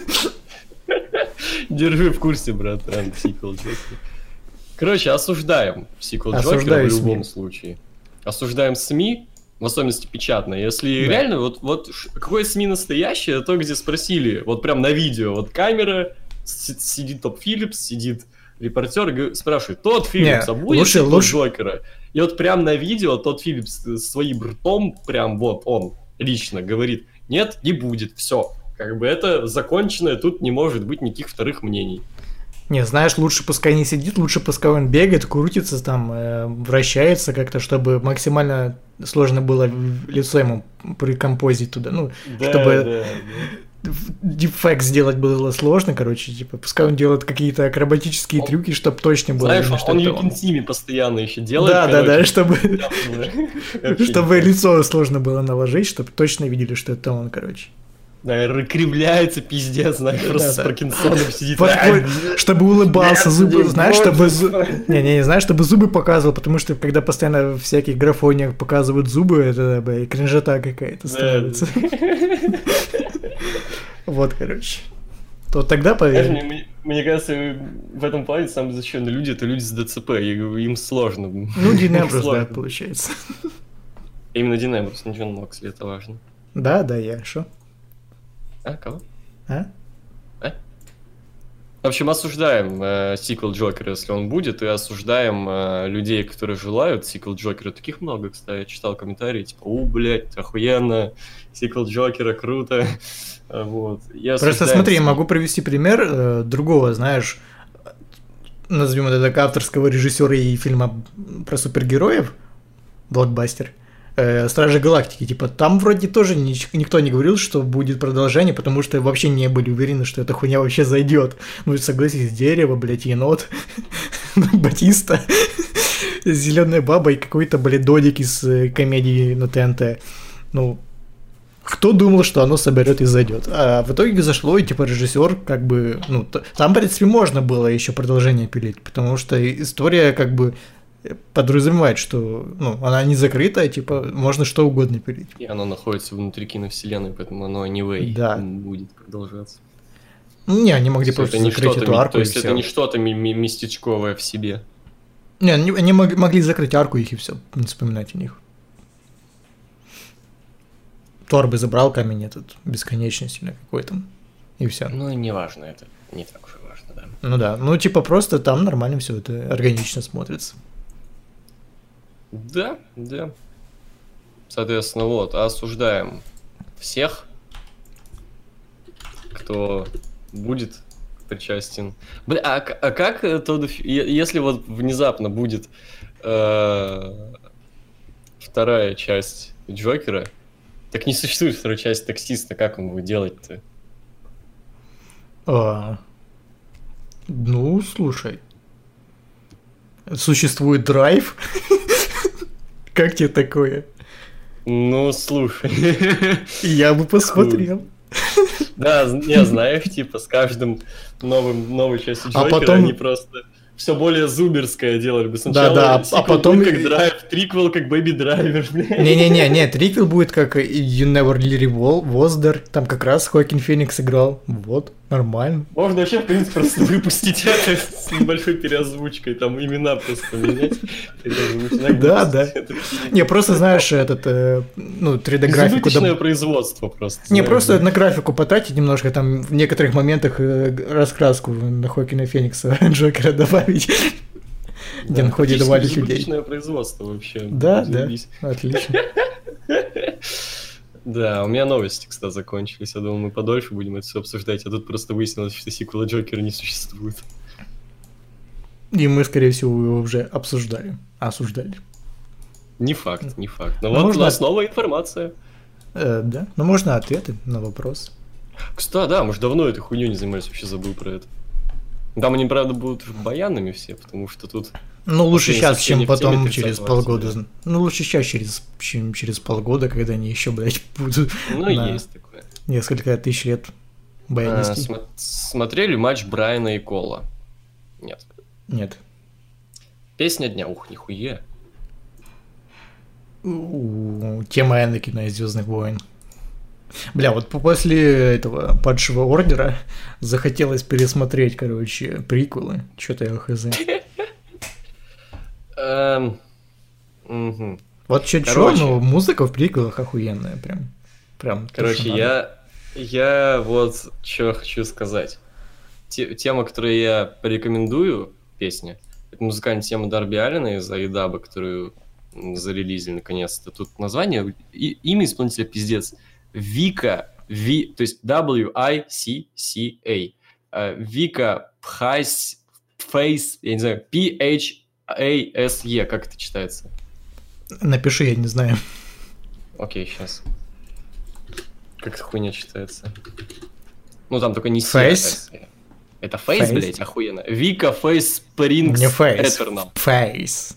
Держи в курсе, братан, сиквел Джокера. Короче, осуждаем сиквел Джокера Осуждаю в любом СМИ. случае. Осуждаем СМИ, в особенности печатные. Если реально, вот какое СМИ настоящее, то, где спросили, вот прям на видео, вот камера, сидит Тодд Филлипс, сидит репортер и спрашивает, Тодд Филлипс, а будет сиквел Джокера? И вот прям на видео Тодд Филлипс своим ртом, прям вот он лично говорит, нет, не будет, все. Как бы это закончено, тут не может быть никаких вторых мнений. Не, знаешь, лучше пускай не сидит, лучше пускай он бегает, крутится там, вращается как-то, чтобы максимально сложно было лицо ему прикомпозить туда, ну, чтобы дипфэк сделать было сложно, короче, типа, пускай он делает какие-то акробатические трюки, чтобы точно было знаешь, видно, что он это Юкинтими постоянно еще делает. Да, чтобы лицо сложно было наложить, чтобы точно видели, что это он, короче. Да, кривляется, пиздец, знаешь, просто с Паркинсоном сидит. Чтобы улыбался, зубы, знаешь, чтобы... Не, знаешь, чтобы зубы показывал, потому что когда постоянно в всяких графониях показывают зубы, это, кринжота какая-то становится. Вот, короче. То тогда поверь. Мне кажется, в этом плане самые защищенные люди — это люди с ДЦП, им сложно. Ну, Дин Эмбрус, да, получается. Именно Дин Эмбрус, не Джон Моксли, это важно. Да, я, шо? А, кого? А? В общем, осуждаем сиквел Джокера, если он будет, и осуждаем людей, которые желают сиквел Джокера. Таких много, кстати, читал комментарии, типа, блядь, охуенно, сиквел Джокера, круто. Вот. Просто смотри, я могу привести пример другого, знаешь, назовем это так, авторского режиссера и фильма про супергероев, блокбастер. Стражи Галактики, типа, там вроде тоже никто не говорил, что будет продолжение, потому что вообще не были уверены, что эта хуйня вообще зайдет. Ну, согласись, дерево, блядь, енот, Батиста, зеленая баба и какой-то, блядь, додик из комедии на ТНТ. Ну, кто думал, что оно соберет и зайдет? А в итоге зашло, и типа режиссер, как бы, ну, там, в принципе, можно было еще продолжение пилить, потому что история, как бы, подразумевает, что, ну, она не закрытая, типа, можно что угодно пилить. И оно находится внутри киновселенной, поэтому оно anyway будет продолжаться. Ну, не, они могли просто закрыть эту арку. То есть это не что-то местечковое в себе. Не, они могли закрыть арку их и все, не вспоминать о них. Тор бы забрал камень этот бесконечности на какой-то, и все. Ну, не важно, это не так уж и важно, да. Ну да, ну типа просто там нормально все это органично смотрится. Да. Соответственно, вот, осуждаем всех, кто будет причастен. Бля, а как Тодд, если вот внезапно будет вторая часть Джокера, так не существует второй части Таксиста, как он будет делать-то? Ну, слушай. Существует драйв? Как тебе такое? Ну, слушай. Я бы посмотрел. Да, я знаю, типа, с каждым новой частью Джокера потом... они просто все более зумерское делали бы. Сначала да, а потом... как драйв, триквел как Baby Driver. Не, триквел будет как You Never Really Was There, там как раз Хоакин Феникс играл. Вот, нормально. Можно вообще, в принципе, просто выпустить это с небольшой переозвучкой, там имена просто поменять. Да. Не, просто знаешь, этот, ну, 3D-графику... Избыточное производство просто. Не, просто на графику потратить немножко, там в некоторых моментах раскраску на Хоакина Феникса Джокера добавить. Где он ходит довалить людей. Избыточное производство вообще. Да, отлично. Да, у меня новости, кстати, закончились. Я думал, мы подольше будем это все обсуждать, а тут просто выяснилось, что сиквела Джокера не существует. И мы, скорее всего, его уже осуждали. Не факт. Но вот у нас новая информация. Да, но можно ответы на вопрос. Кстати, да, мы же давно этой хуйней не занимались, вообще забыл про это. Там они, правда, будут баянами все, потому что тут... Ну, лучше сейчас, чем потом через полгода. Ну, лучше сейчас, чем через полгода, когда они еще, блядь, будут... Ну, есть такое. Несколько тысяч лет баянистей. Смотрели матч Брайана и Кола? Нет. Песня дня, нихуя. Тема Энакина из «Звездных войн». Бля, вот после этого падшего ордера захотелось пересмотреть, короче, приквелы. Чё-то я хз. Вот чё, но музыка в приквелах охуенная, прям. Короче, я вот что хочу сказать. Тема, которую я порекомендую, песня, это музыкальная тема Дарби Аллена из Айдаба, которую зарелизили наконец-то. Тут название, имя исполнителя пиздец. Вика, то есть W-I-C-C-A. Вика Пхайс, я не знаю, P-H-A-S-E, как это читается? Напиши, я не знаю. Окей, сейчас. Как эта хуйня читается? Ну, там только не Фейс. Это Фейс, блядь, охуенно. Вика Фейс Спрингс Этернал. Фейс.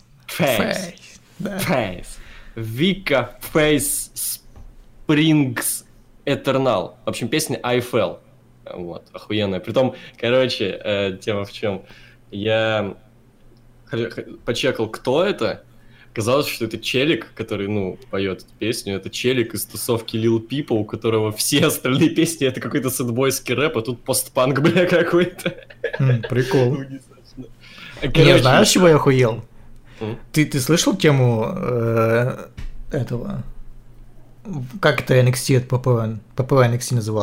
Вика Фейс Спрингс Этернал. В общем, песня I Fell. Вот, охуенная. Притом, короче, тема в чем? Я почекал, кто это. Казалось, что это челик, который, ну, поет эту песню. Это челик из тусовки Lil Peep, у которого все остальные песни это какой-то сэдбойский рэп, а тут постпанк, бля, какой-то. Прикол. Не знаешь, чего я охуел? Ты слышал тему этого? Как это NXT от ППВ NXT называлось?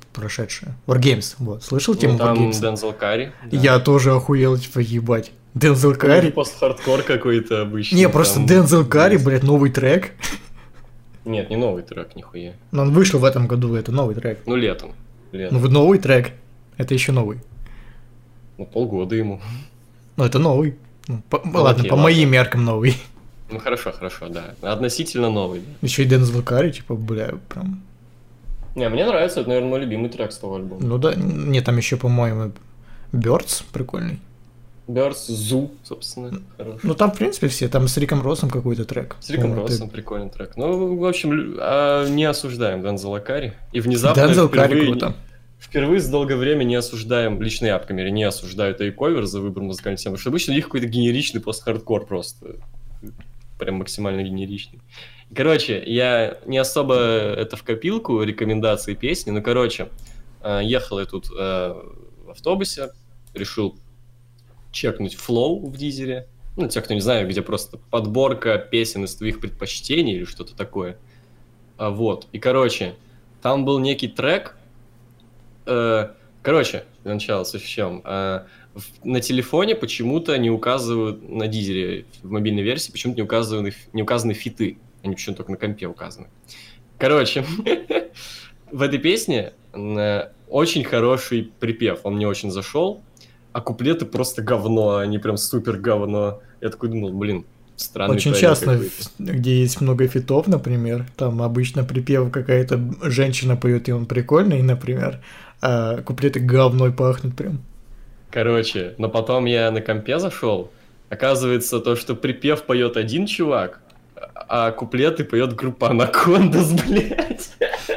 прошедшая. Wargames, вот. Слышал тему Ну, там Wargames? Дензел Карри. Я тоже охуел, типа, ебать. Дензел Карри. Пост-хардкор какой-то обычный. Не, просто там Дензел Карри, есть. блядь, новый трек. Нет, не новый трек, нихуя. Но он вышел в этом году, это новый трек. Ну, летом. Ну, новый трек. Это еще новый. Ну, полгода ему. Ну, это новый. Ну, Ну, ладно, окей, по ладно. моим меркам новый. Ну, хорошо, да. Относительно новый. Да. Еще и Дензел Карри, типа, бля, прям. Не, мне нравится, это, наверное, мой любимый трек с того альбома. Ну да, не, там еще, по-моему, Birds прикольный. Birds, Zoo, собственно, хороший. Ну там, в принципе, все, там с Риком Россом какой-то трек. С Риком По-моему, Россом прикольный трек. Ну, в общем, не осуждаем Дензела Карри. И внезапно Дензел Карри круто. впервые за долгое время не осуждаем, лично я, по крайней мере, не осуждаю тейковер за выбор музыкальной темы, потому что обычно у них какой-то генеричный пост-хардкор просто. Прям максимально генеричный. Короче, я не особо это в копилку рекомендации песни, но, короче, ехал я тут в автобусе, решил чекнуть Flow в Дизере. Ну, те, кто не знает, где просто подборка песен из твоих предпочтений или что-то такое. Вот. И, короче, там был некий трек. Короче, для начала с чем. На телефоне почему-то не указывают, на Дизере, в мобильной версии, почему-то не указаны фиты. Они почему-то только на компе указаны. Короче, в этой песне очень хороший припев. Он мне очень зашел. А куплеты просто говно, они прям супер говно. Я такой думал, блин, странный Очень парень часто, какой-то. где есть много фитов, например, там обычно припев какая-то женщина поет, и он прикольный, например, а куплеты говной пахнут прям. Короче, но потом я на компе зашел. Оказывается, то, что припев поет один чувак, а куплеты поет группа Анакондас, блядь.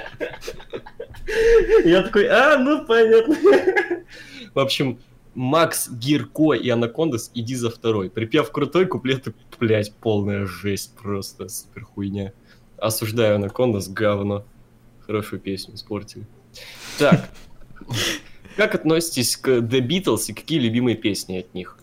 Я такой, ну понятно. В общем, Макс, Гирко и Анакондас, иди за второй. Припев крутой, куплеты, блядь, полная жесть просто, супер хуйня. Осуждаю Анакондас, говно. Хорошую песню испортили. Так, как относитесь к The Beatles и какие любимые песни от них?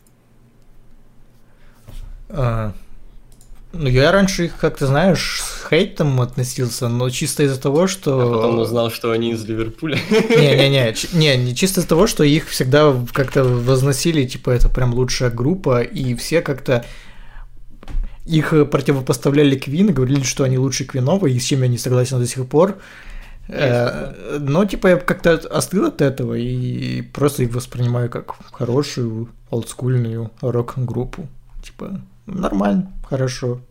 Ну, я раньше их, как ты знаешь, с хейтом относился, но чисто из-за того, что... А потом узнал, что они из Ливерпуля. Не чисто из-за того, что их всегда как-то возносили, типа, это прям лучшая группа, и все как-то их противопоставляли Квин и говорили, что они лучше Квинова, и с чем я не согласен до сих пор. Но, типа, я как-то остыл от этого и просто их воспринимаю как хорошую, олдскульную рок-группу. Типа, нормально, хорошо.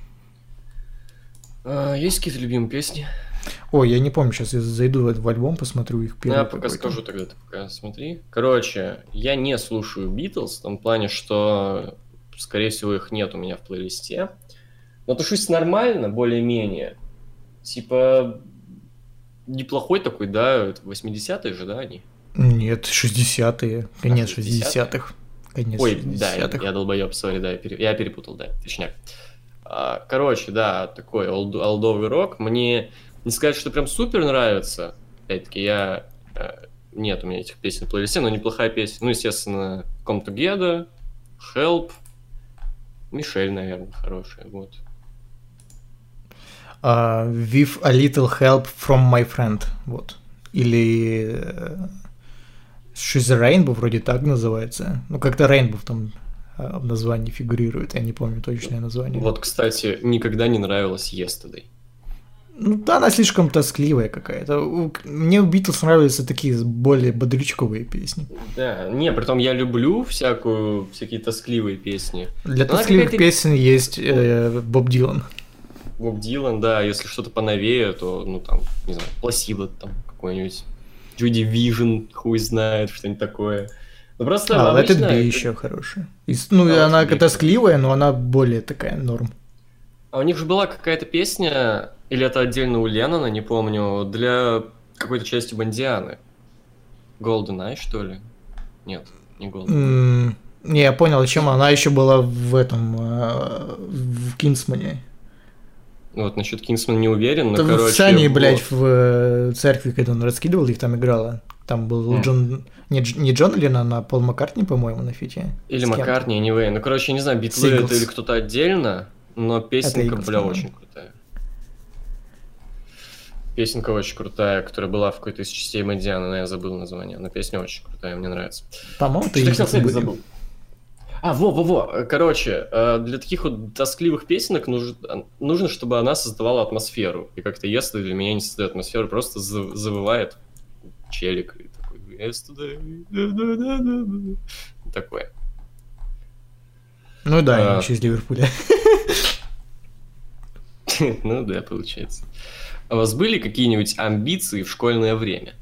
Есть какие-то любимые песни? Ой, я не помню, сейчас я зайду в альбом, посмотрю их первый. Я пока скажу тогда, ты пока смотри. Короче, я не слушаю Битлз, в том плане, что, скорее всего, их нет у меня в плейлисте. Но отношусь нормально, более-менее. Типа, неплохой такой, да, это 80-е же, да, они? Нет, 60-е, конец 60-х. Конец Ой, 60-х. да, я долбоёб, сори, да, я перепутал, да, точняк. Короче, да, такой олдовый рок. Мне не сказать, что прям супер нравится. Опять-таки, нет у меня этих песен в плейлисте, но неплохая песня. Ну, естественно, Come Together, Help, Мишель, наверное, хорошая, вот. With a little help from my friend, вот. Или She's a Rainbow, вроде так называется. Ну, как-то Rainbow там в названии фигурирует, я не помню точное название. Вот, кстати, никогда не нравилась Yesterday. Ну, да, она слишком тоскливая какая-то. Мне у Битлз нравятся такие более бодрячковые песни. Да, не, притом я люблю всякие тоскливые песни. Для тоскливых песен есть Боб Дилан. Боб Дилан, да, если что-то поновее, то, ну, там, не знаю, Пласидо там какой-нибудь, Joy Division, хуй знает, что-нибудь такое. Ну, просто обычно... Let It Be еще хорошая. Ну, она тоскливая, но она более такая норм. А у них же была какая-то песня, или это отдельно у Леннона, не помню, для какой-то части Бондианы. Golden Eye, что ли? Нет, не Golden. Не, я понял, чем она еще была в этом, в Кингсмане. Вот, насчет Кингсмана не уверен, но, короче... В Сане, блядь, в церкви, когда он раскидывал, их там играла. Там был Джон... Не Джон Леннон, а Пол Маккартни, по-моему, на фите. Или Маккартни, anyway. Ну, короче, не знаю, Битлы это или кто-то отдельно, но песенка, бля, очень крутая. Песенка очень крутая, которая была в какой-то из частей Мэдиана, но я забыл название. Но песня очень крутая, мне нравится. По-моему, ты Что хотел сказать, забыл. Во-во-во. Короче, для таких вот тоскливых песенок нужно, чтобы она создавала атмосферу. И как-то если для меня не создает атмосферу, просто завывает челик. И такой, yesterday. Такое. Ну да, еще из Ливерпуля. Ну да, получается. А у вас были какие-нибудь амбиции в школьное время?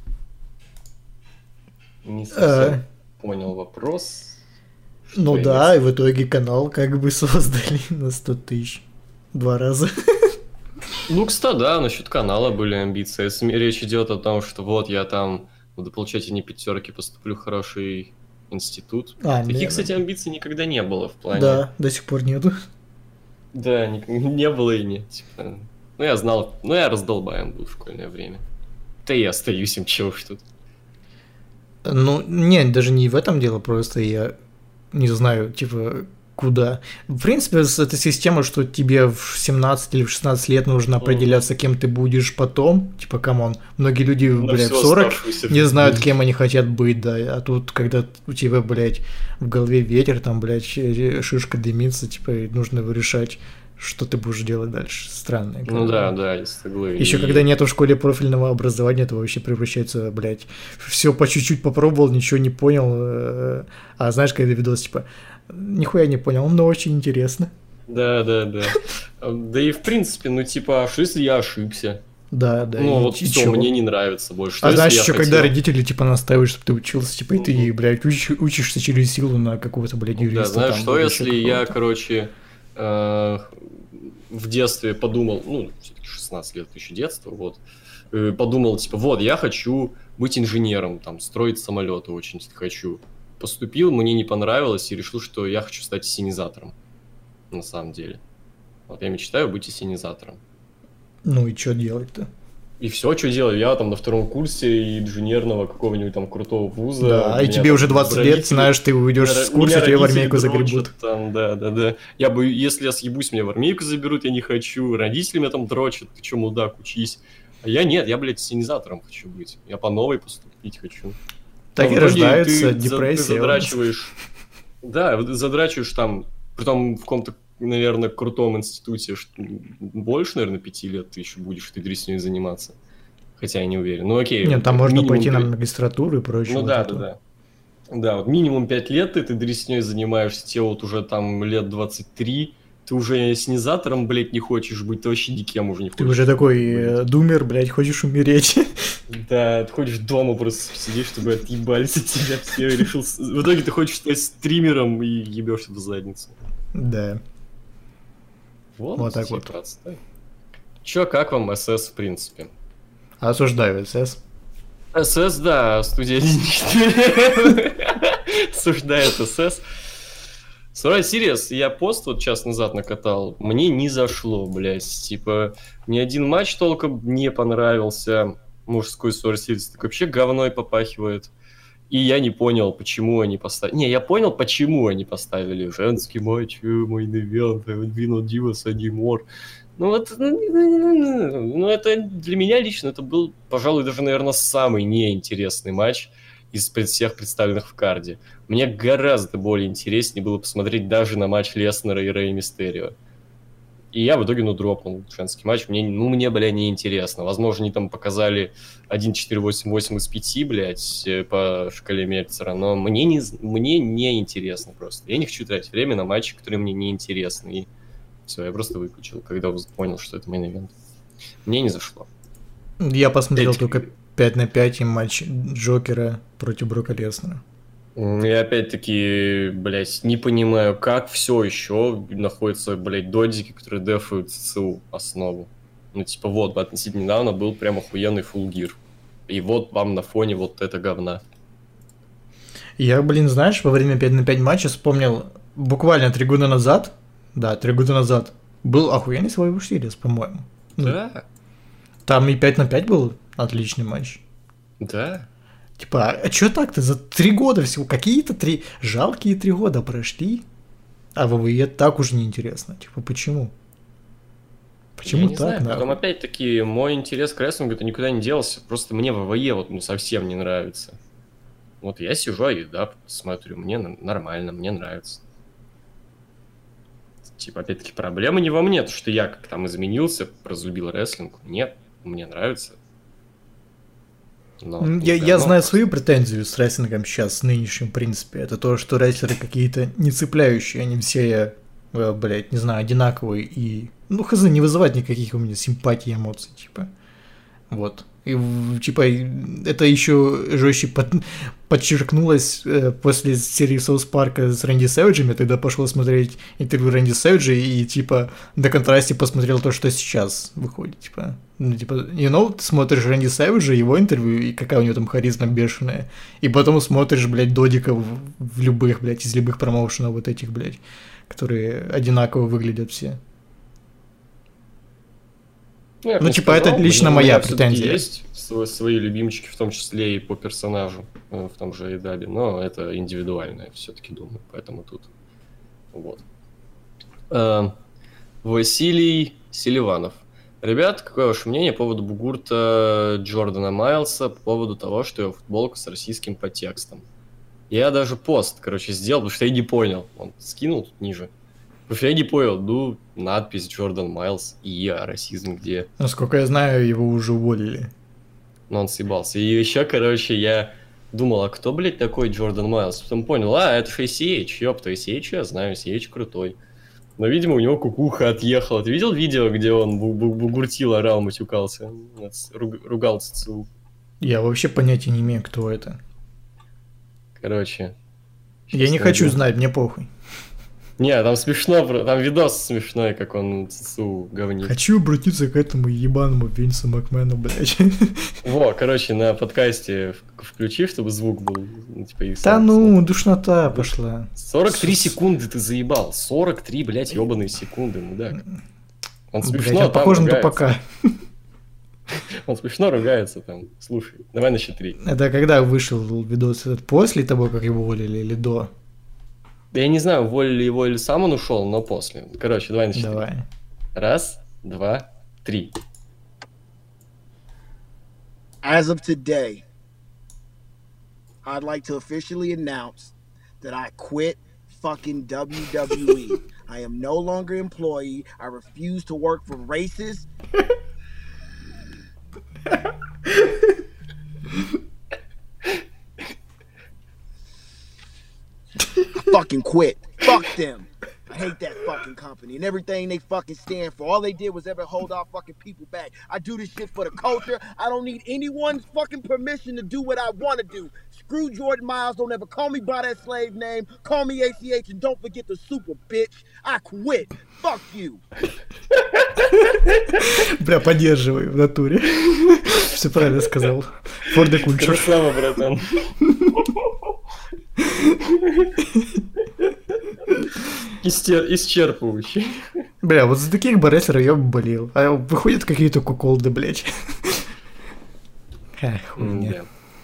Не совсем понял вопрос. Ну да, и в итоге канал как бы создали на 100 тысяч 2 раза. Ну, кстати, да, насчет канала были амбиции. Если речь идет о том, что вот я там буду получать одни пятерки, поступлю в хороший институт. Таких, кстати, амбиций никогда не было в плане. Да, до сих пор нету. Да, не было и нет. Типа, ну, я знал, я раздолбаем был в школьное время. Да и остаюсь им, чего уж тут. Ну, нет, даже не в этом дело, просто я не знаю, типа, куда. В принципе, эта система, что тебе в 17 или в 16 лет нужно определяться, кем ты будешь потом, типа, камон. Многие люди, блядь, в 40 не знают, кем они хотят быть, да, а тут, когда у тебя, блядь, в голове ветер, там, блядь, шишка дымится, типа, нужно решать, что ты будешь делать дальше. Странно. Ну да, я согласен. Еще когда нету в школе профильного образования, это вообще превращается, блядь, все по чуть-чуть попробовал, ничего не понял. А знаешь, когда видос, типа, нихуя не понял, но очень интересно. Да. Да и в принципе, ну типа, что если я ошибся? Да. Ну вот все, мне не нравится больше. А знаешь, еще когда родители, типа, настаивают, чтобы ты учился, типа, и ты, блядь, учишься через силу на какого-то, блядь, юриста. Да, знаешь, что если я, короче, в детстве подумал, ну, все-таки 16 лет еще детства, вот, подумал, типа, вот, я хочу быть инженером, там, строить самолеты очень хочу. Поступил, мне не понравилось, и решил, что я хочу стать ассенизатором, на самом деле. Вот я мечтаю быть ассенизатором. Ну и что делать-то? И все, что делаю, я там на 2 курсе инженерного какого-нибудь там крутого вуза. Да, и тебе уже 20 лет, знаешь, ты уйдешь с курса, тебе в армейку загребут. Там, да. Если я съебусь, меня в армейку заберут, я не хочу. Родители меня там дрочат, ты что, мудак, учись. А я нет, я, блядь, ассенизатором хочу быть. Я по новой поступить хочу. Так и рождается депрессия. Ты задрачиваешь... Да, задрачиваешь там, притом в каком-то, наверное, крутом институте, больше, наверное, 5 лет ты еще будешь этой дресней заниматься. Хотя я не уверен. Ну окей. Нет, там можно пойти на магистратуру и прочее. Ну да. Да, вот минимум 5 лет ты дресней занимаешься, тебе вот уже там лет 23, ты уже ассенизатором, блядь, не хочешь быть, ты вообще никем уже не хочешь. Ты уже такой думер, блядь, хочешь умереть. Да, ты хочешь дома просто сидишь, чтобы отъебались от тебя все, и решил... В итоге ты хочешь стать стримером и ебешься в задницу. Да. Вот так вот. Чё, как вам СС, в принципе? Осуждаю СС. СС, да, студия осуждает СС. Сурай, серьез, я пост вот час назад накатал, мне не зашло, блядь, типа, ни один матч толком не понравился, мужской Сурай-Сириус, так вообще говной попахивает. И я не понял, почему они поставили... Не, я понял, почему они поставили женский матч, мой ивент, Вино Дивас, Анимор. Ну, вот, ну, это для меня лично, это был, пожалуй, даже, наверное, самый неинтересный матч из всех представленных в карде. Мне гораздо более интереснее было посмотреть даже на матч Леснера и Рэй Мистерио. И я в итоге, дропнул женский матч. Мне, бля, неинтересно. Возможно, они там показали 1.488 из 5, блядь, по шкале Мельцера, но мне не интересно просто. Я не хочу тратить время на матчи, которые мне не интересны. И все, я просто выключил, когда понял, что это мейн-ивент. Мне не зашло. Я посмотрел только 5/5 и матч Джокера против Брока Леснера. Я опять-таки, блядь, не понимаю, как все еще находятся, блядь, додики, которые дефают ЦЦУ основу. Ну, типа, вот, относительно недавно был прям охуенный фулгир. И вот вам на фоне вот это говна. Я, знаешь, во время 5/5 матча вспомнил буквально 3 года назад, да, 3 года назад, был охуенный Survivor Series, по-моему. Да. Там и 5/5 был отличный матч. Да. Типа, а чё так-то? За 3 года всего, какие-то жалкие 3 года прошли, а ВВЕ так уж неинтересно. Типа, почему? Почему Я не так, знаю, нахуй? потом опять-таки мой интерес к рестлингу-то никуда не делся. Просто мне ВВЕ вот ну, совсем не нравится. Вот я сижу, а еда смотрю, мне нормально, мне нравится. Типа, опять-таки, проблема не во мне, то, что я как там изменился, разлюбил рестлинг. Нет, мне нравится. Но Я говно знаю просто. свою претензию с рестлингом сейчас, в нынешнем принципе. Это то, что рестлеры какие-то не цепляющие, они все, блядь, не знаю, одинаковые и... Ну, хз, не вызывать никаких у меня симпатий, эмоций, типа. Вот. И, типа, это еще жестче подчеркнулось после серии Соус Парка с Рэнди Сэвиджем. Я тогда пошел смотреть интервью Рэнди Сэвиджа и, типа, на контрасте посмотрел то, что сейчас выходит, типа. Ну, типа, ты смотришь Рэнди Сэвиджа, его интервью, и какая у него там харизма бешеная. И потом смотришь, блядь, Додика в любых, блядь, из любых промоушенов вот этих, блядь, которые одинаково выглядят все. Ну, я бы Ну, не типа, сказал, это лично у моя меня всё-таки претензия. есть свои любимчики, в том числе и по персонажу в том же Эйдабе, но это индивидуально, я все-таки думаю, поэтому тут вот. Василий Селиванов. Ребят, какое ваше мнение по поводу бугурта Джордана Майлса, по поводу того, что его футболка с российским подтекстом? Я даже пост, сделал, потому что я не понял. Он скинул тут ниже. Потому что я не понял, ну, надпись Джордан Майлз и расизм где. Насколько я знаю, его уже уволили. Но он съебался. И еще, я думал, а кто, блядь, такой Джордан Майлз? Потом понял, это же ACH, ёпта, ACH я знаю, ACH крутой. Но, видимо, у него кукуха отъехала. Ты видел видео, где он бугуртил, орал, матюкался? Ругал ЦЦУ. Я вообще понятия не имею, кто это. Я не хочу знать, мне похуй. Не, там смешно, там видос смешной, как он ЦЦУ говнит. Хочу обратиться к этому ебаному Винсу Макмену, блядь. Во, на подкасте включи, чтобы звук был. Типа, да ну, душнота пошла. 43 секунды ты заебал. 43, блядь, ебаные секунды, мудак. Он смешно блядь, он там похож на ругается. тупака. Он смешно ругается там. Слушай, давай на счет 3. Это когда вышел видос этот? После того, как его уволили, или до? Я не знаю, уволили его или сам он ушел, но после. Давай на счет 3. Давай. 1, 2, 3. As of today, I'd like to officially announce that I quit fucking WWE. I am no longer an employee. I refuse to work for racists. I fucking quit. Fuck them. I hate that fucking company and everything they fucking stand for. All they did was ever hold our fucking people back. I do this shit for the culture. I don't need anyone's fucking permission to do what I want to do. Screw Jordan Miles. Don't ever call me by that slave name. Call me ACH and don't forget the super bitch. I quit. Fuck you. Бля, поддерживаю в натуре. Все правильно сказал. For the culture. Красава, братан. Исчерпывающий. Бля, вот за таких бы рестлеров я бы болел. А выходят какие-то куколды, блядь. Хуйня.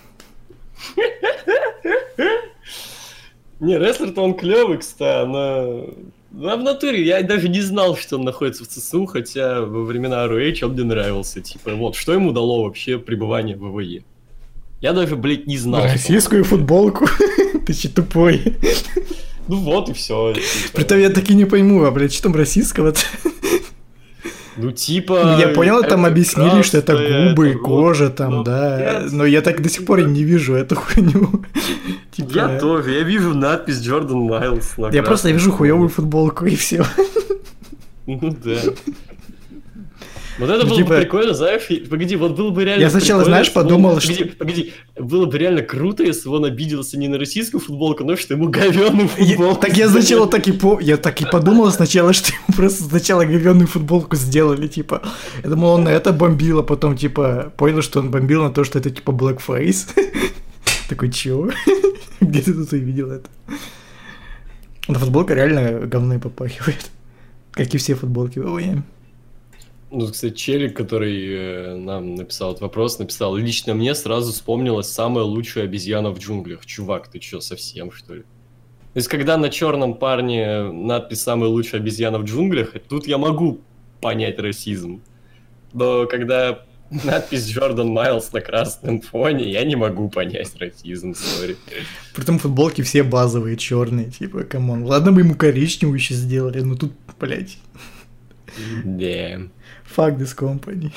Не, рестлер-то он клевый, кстати, но... в натуре я даже не знал, что он находится в ЦСУ, хотя во времена ROH он мне нравился. Типа, вот, что ему дало вообще пребывание в ВВЕ? Я даже, блядь, не знал. Российскую футболку? Ты че тупой? Ну вот и все. Притом я таки не пойму, а, блядь, что там российского-то? Ну, типа... Я понял, там объяснили, что это губы, рот, кожа там, да. Но я так до сих пор и не вижу эту хуйню. Я тоже, я вижу надпись Джордан Майлз. Я просто вижу хуёвую футболку и все. Ну да. Вот это было бы прикольно, знаешь, погоди, вот было бы реально... Я сначала, знаешь, подумал, что... Погоди, было бы реально круто, если бы он обиделся не на российскую футболку, но что ему говёную футболку. Так я сначала я так и подумал сначала, что ему просто сначала говёную футболку сделали, типа. Я думал, он на это бомбил, а потом, типа, понял, что он бомбил на то, что это, типа, blackface. Такой, чё? Где ты тут увидел это? Но футболка реально говной попахивает. Как и все футболки в ОЕМ. Ну, кстати, челик, который нам написал этот вопрос, написал: лично мне сразу вспомнилась самая лучшая обезьяна в джунглях. Чувак, ты чё, совсем, что ли? То есть, когда на черном парне надпись «самая лучшая обезьяна в джунглях», тут я могу понять расизм. Но когда надпись Джордан Майлз на красном фоне, я не могу понять расизм, сори. Притом футболки все базовые, черные, типа, камон. Ладно бы ему коричневую еще сделали, но тут, блядь, Damn. fuck this company.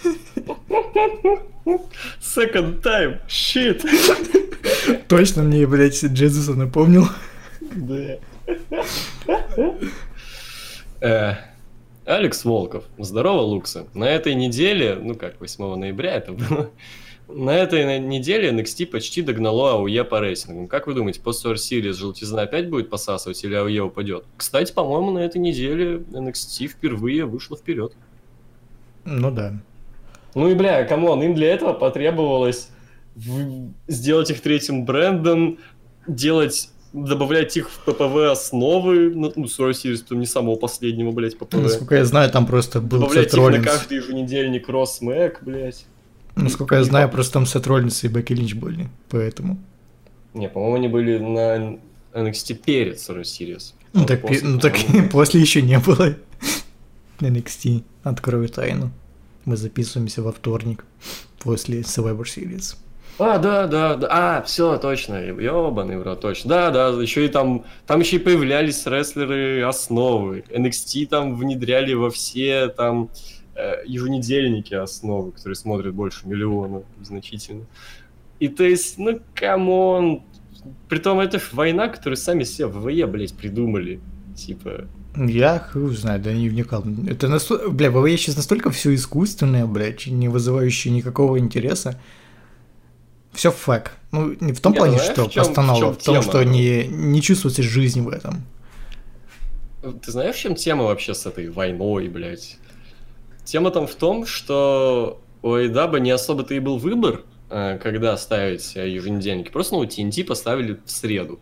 Second time, shit. Точно мне, блядь, Джезуса напомнил. Да. Алекс Волков. Здорово, Лукса. На этой неделе, 8 ноября это было, на этой неделе NXT почти догнало АУЕ по рейтингу. Как вы думаете, после Survivor Series желтизна опять будет посасывать или АУЕ упадет? Кстати, по-моему, на этой неделе NXT впервые вышло вперед. Ну да. Ну и, бля, камон, им для этого потребовалось сделать их третьим брендом, добавлять их в ППВ основы, Survivor Series, не самого последнего, блядь, ППВ. Насколько я знаю, там просто был Добавлять Сет их на Роллинс. каждый еженедельник Росс-Мэк, блядь. Насколько я знаю, просто там Сет Роллинс и Бекки Линч были, поэтому. Не, по-моему, они были на NXT перед Survivor Series. Ну так, после еще не было. NXT, открою тайну. Мы записываемся во вторник после Survivor Series. Да. Все, точно. Ёбаный в рот, точно. Да, еще и там еще и появлялись рестлеры основы. NXT там внедряли во все там еженедельники основы, которые смотрят больше миллиона значительно. И то есть, камон. Притом это ж война, которую сами себе в ВВЕ, блядь, придумали. Типа... Я хуй знаю, да не вникал. Это настолько... Бля, ВВЕ сейчас настолько все искусственное, блядь, не вызывающее никакого интереса. Все фэк. Ну, не в том плане, что постанова, в том, что не чувствуется жизнь в этом. Ты знаешь, в чем тема вообще с этой войной, блядь? Тема там в том, что у AEW не особо-то и был выбор, когда ставить еженедельники. Просто, TNT поставили в среду.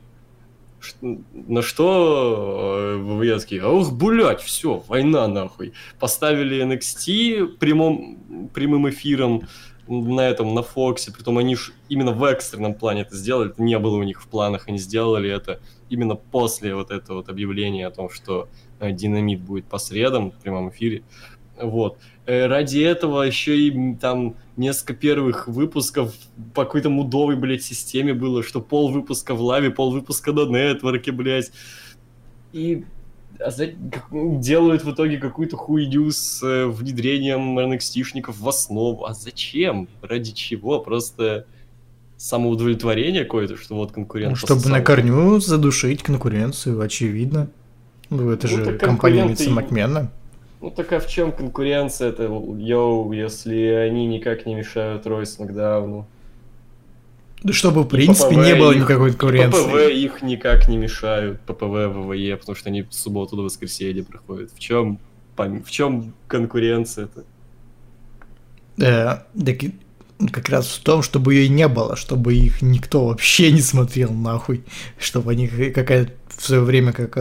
На что ВВЕ такие, ох, блядь, все, война нахуй. Поставили NXT прямым эфиром на Фоксе, притом они ж именно в экстренном плане это сделали, это не было у них в планах, они сделали это именно после вот этого вот объявления о том, что Динамит будет по средам в прямом эфире. Вот. Ради этого еще и там несколько первых выпусков по какой-то мудовой, блядь, системе было, что пол выпуска в лаве, пол выпуска на нетворке, блядь. И делают в итоге какую-то хуйню с внедрением NXT-шников в основу. А зачем? Ради чего? Просто самоудовлетворение какое-то, что вот конкурент... Чтобы на корню задушить конкуренцию, очевидно. Это же компания Винса Макмена. Так а в чем конкуренция? Это, если они никак не мешают Рой Смакдауну. Да чтобы, в принципе, не было никакой конкуренции. ППВ их никак не мешают, ППВ, ВВЕ, потому что они в субботу до воскресенья проходят. В чем конкуренция-то? Как раз в том, чтобы ее не было, чтобы их никто вообще не смотрел нахуй. Чтобы они какая-то в свое время, как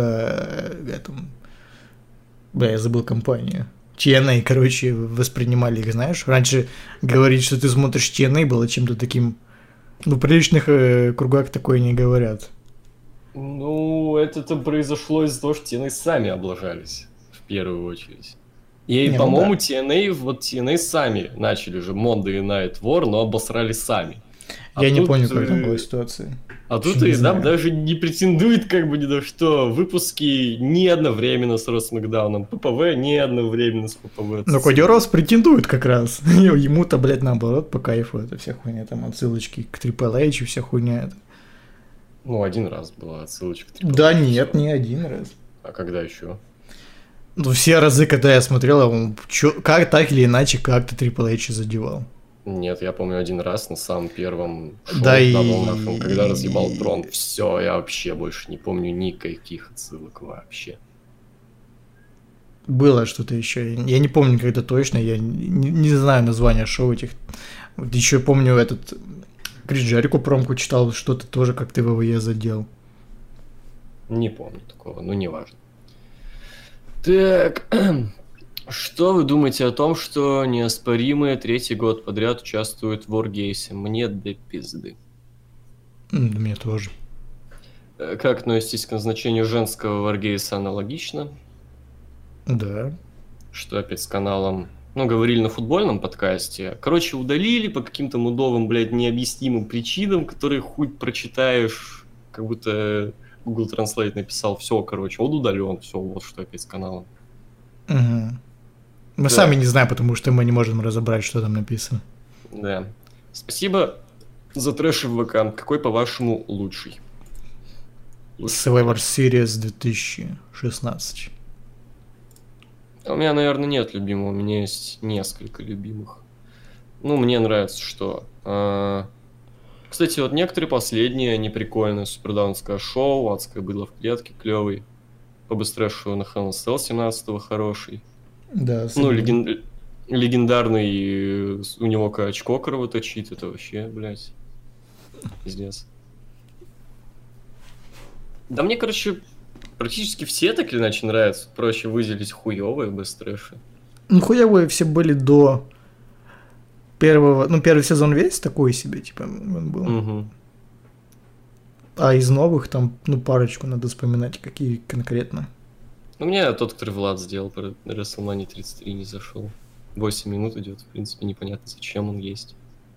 я забыл компанию. TNA, короче, воспринимали их, знаешь. Раньше говорить, что ты смотришь TNA, было чем-то таким... в приличных кругах такое не говорят. Это-то произошло из-за того, что TNA сами облажались, в первую очередь. И, по-моему, TNA сами начали же Monday Night War, но обосрали сами. Я не помню, как там была ситуация. А тут AEW даже не претендует ни на что. Выпуски не одновременно с Росс Макдауном, ППВ не одновременно с ППВ. Но Коди Росс претендует как раз. Ему-то, блядь, наоборот, по кайфу это вся хуйня, там отсылочки к Triple H и вся хуйня это. Один раз была отсылочка к Triple H. Да нет, не один раз. А когда еще? Все разы, когда я смотрел, как так или иначе как-то Triple H задевал. Нет, я помню один раз на самом первом шоу, да когда разъебал трон. Все, я вообще больше не помню никаких отсылок вообще. Было что-то еще. Я не помню, когда точно, я не знаю названия шоу этих. Вот еще помню Крис Джерико промку читал, что-то тоже как ты ВВЕ задел. Не помню такого, неважно. Так... Что вы думаете о том, что неоспоримые третий год подряд участвуют в Wargames? Мне до пизды. Мне тоже. Как относитесь к назначению женского Wargames аналогично? Да. что опять с каналом, ну, говорили на футбольном подкасте. Короче, удалили по каким-то мудовым, блядь, необъяснимым причинам, которые хуй прочитаешь, как будто Google Translate написал, все, короче, он удален, все, вот что опять с каналом. Угу. Мы сами не знаем, потому что мы не можем разобрать, что там написано. Да. Спасибо за трэш в ВК. Какой, по-вашему, лучший? Survivor Series 2016. У меня, наверное, нет любимого. У меня есть несколько любимых. Ну, мне нравится, что... Кстати, вот некоторые последние, они прикольные. Супердаунское шоу, Адское быдло в клетке, клевый. Побыстрэшего на Hell in Cell 17-го хороший. Да, ну, легендарный у него очко кровоточит. Это вообще, блядь, пиздец. Да мне, короче, практически все так или иначе нравятся. Проще выделить хуёвые быстрэши. Ну, хуёвые все были до первого... Ну, первый сезон весь такой себе, типа, он был. Угу. А из новых там, ну, парочку надо вспоминать, какие конкретно. Ну, мне тот, который Влад сделал про WrestleMania 33, не зашел. 8 минут идет, в принципе, непонятно, зачем он есть.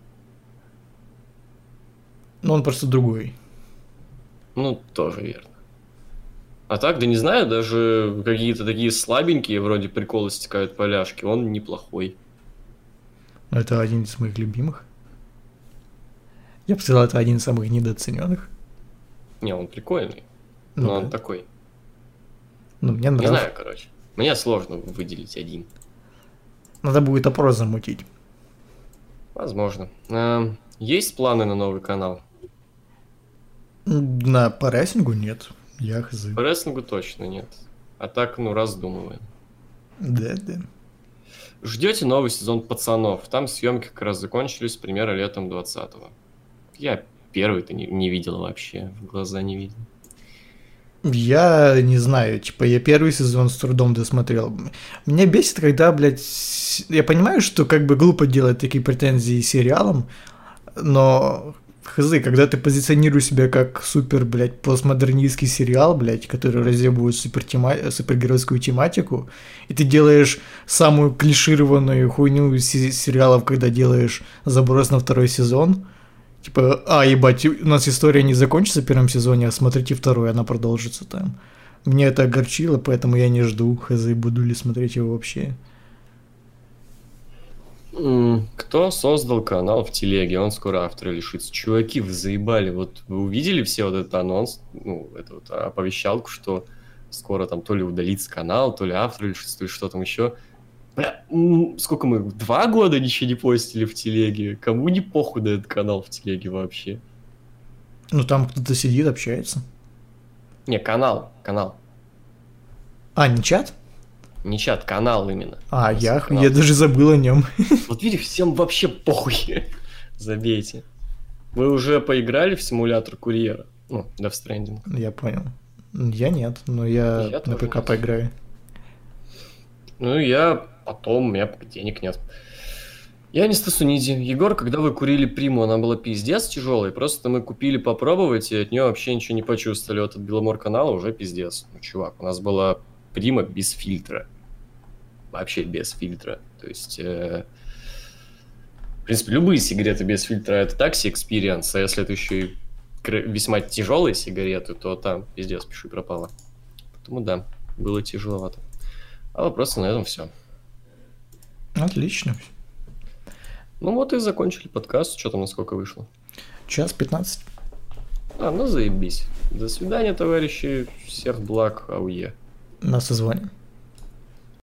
Ну, он просто другой. Ну, тоже верно. А так, да не знаю, даже какие-то такие слабенькие, вроде приколы стекают поляшки, он неплохой. Это один из моих любимых. Я бы сказал, это один из самых недооцененных. Не, он прикольный, Ну, но да. он такой. Ну, мне Не нравится. знаю, короче. Мне сложно выделить один. Надо будет опрос замутить. Возможно. Есть планы на новый канал? По рестлингу нет. Я хз. По рестлингу точно нет. А так, ну, раздумываем. Да. Ждете новый сезон «Пацанов»? Там съемки как раз закончились, примерно летом 2020-го. Я первый-то не видел вообще, в глаза не видел. Я не знаю, типа, я первый сезон с трудом досмотрел. Меня бесит, когда, блядь, я понимаю, что как бы глупо делать такие претензии сериалам, но хз, когда ты позиционируешь себя как супер, блядь, постмодернистский сериал, блядь, который разъебывает супергеройскую тематику, и ты делаешь самую клишированную хуйню из сериалов, когда делаешь заброс на второй сезон, типа, ебать, у нас история не закончится в первом сезоне, а смотрите второй, она продолжится там. Мне это огорчило, поэтому я не жду, хз, буду ли смотреть его вообще. Кто создал канал в телеге? Он скоро автора лишится. Чуваки, вы заебали. Вот вы увидели все вот этот анонс, ну, эту вот оповещалку, что скоро там то ли удалится канал, то ли автор лишится, то ли что там еще. Бля, сколько мы, 2 года ничего не постили в телеге? Кому не похуй на этот канал в телеге вообще? Ну, там кто-то сидит, общается. Не, канал. А, не чат? Не чат, канал именно. Я Канал. даже забыл о нем. Вот видишь, всем вообще похуй. Забейте. Вы уже поиграли в симулятор курьера? Ну, Death Stranding. Я понял. Я нет, но я на тоже ПК нет. поиграю. Ну, я потом, у меня денег нет. Я не Стасуниди. Егор, когда вы курили приму, она была пиздец тяжелой. Просто мы купили попробовать, и от нее вообще ничего не почувствовали. Вот от Беломор канала уже пиздец. Ну, чувак, у нас была прима без фильтра. Вообще без фильтра. То есть, в принципе, любые сигареты без фильтра это такси экспириенс, а если это еще и весьма тяжелые сигареты, то там пиздец, пиши пропало. Поэтому да, было тяжеловато. А вопросы на этом все. Отлично. Ну вот и закончили подкаст. Что там, насколько вышло? 1:15. Ну заебись. До свидания, товарищи. Всех благ, ауе. На созвоне.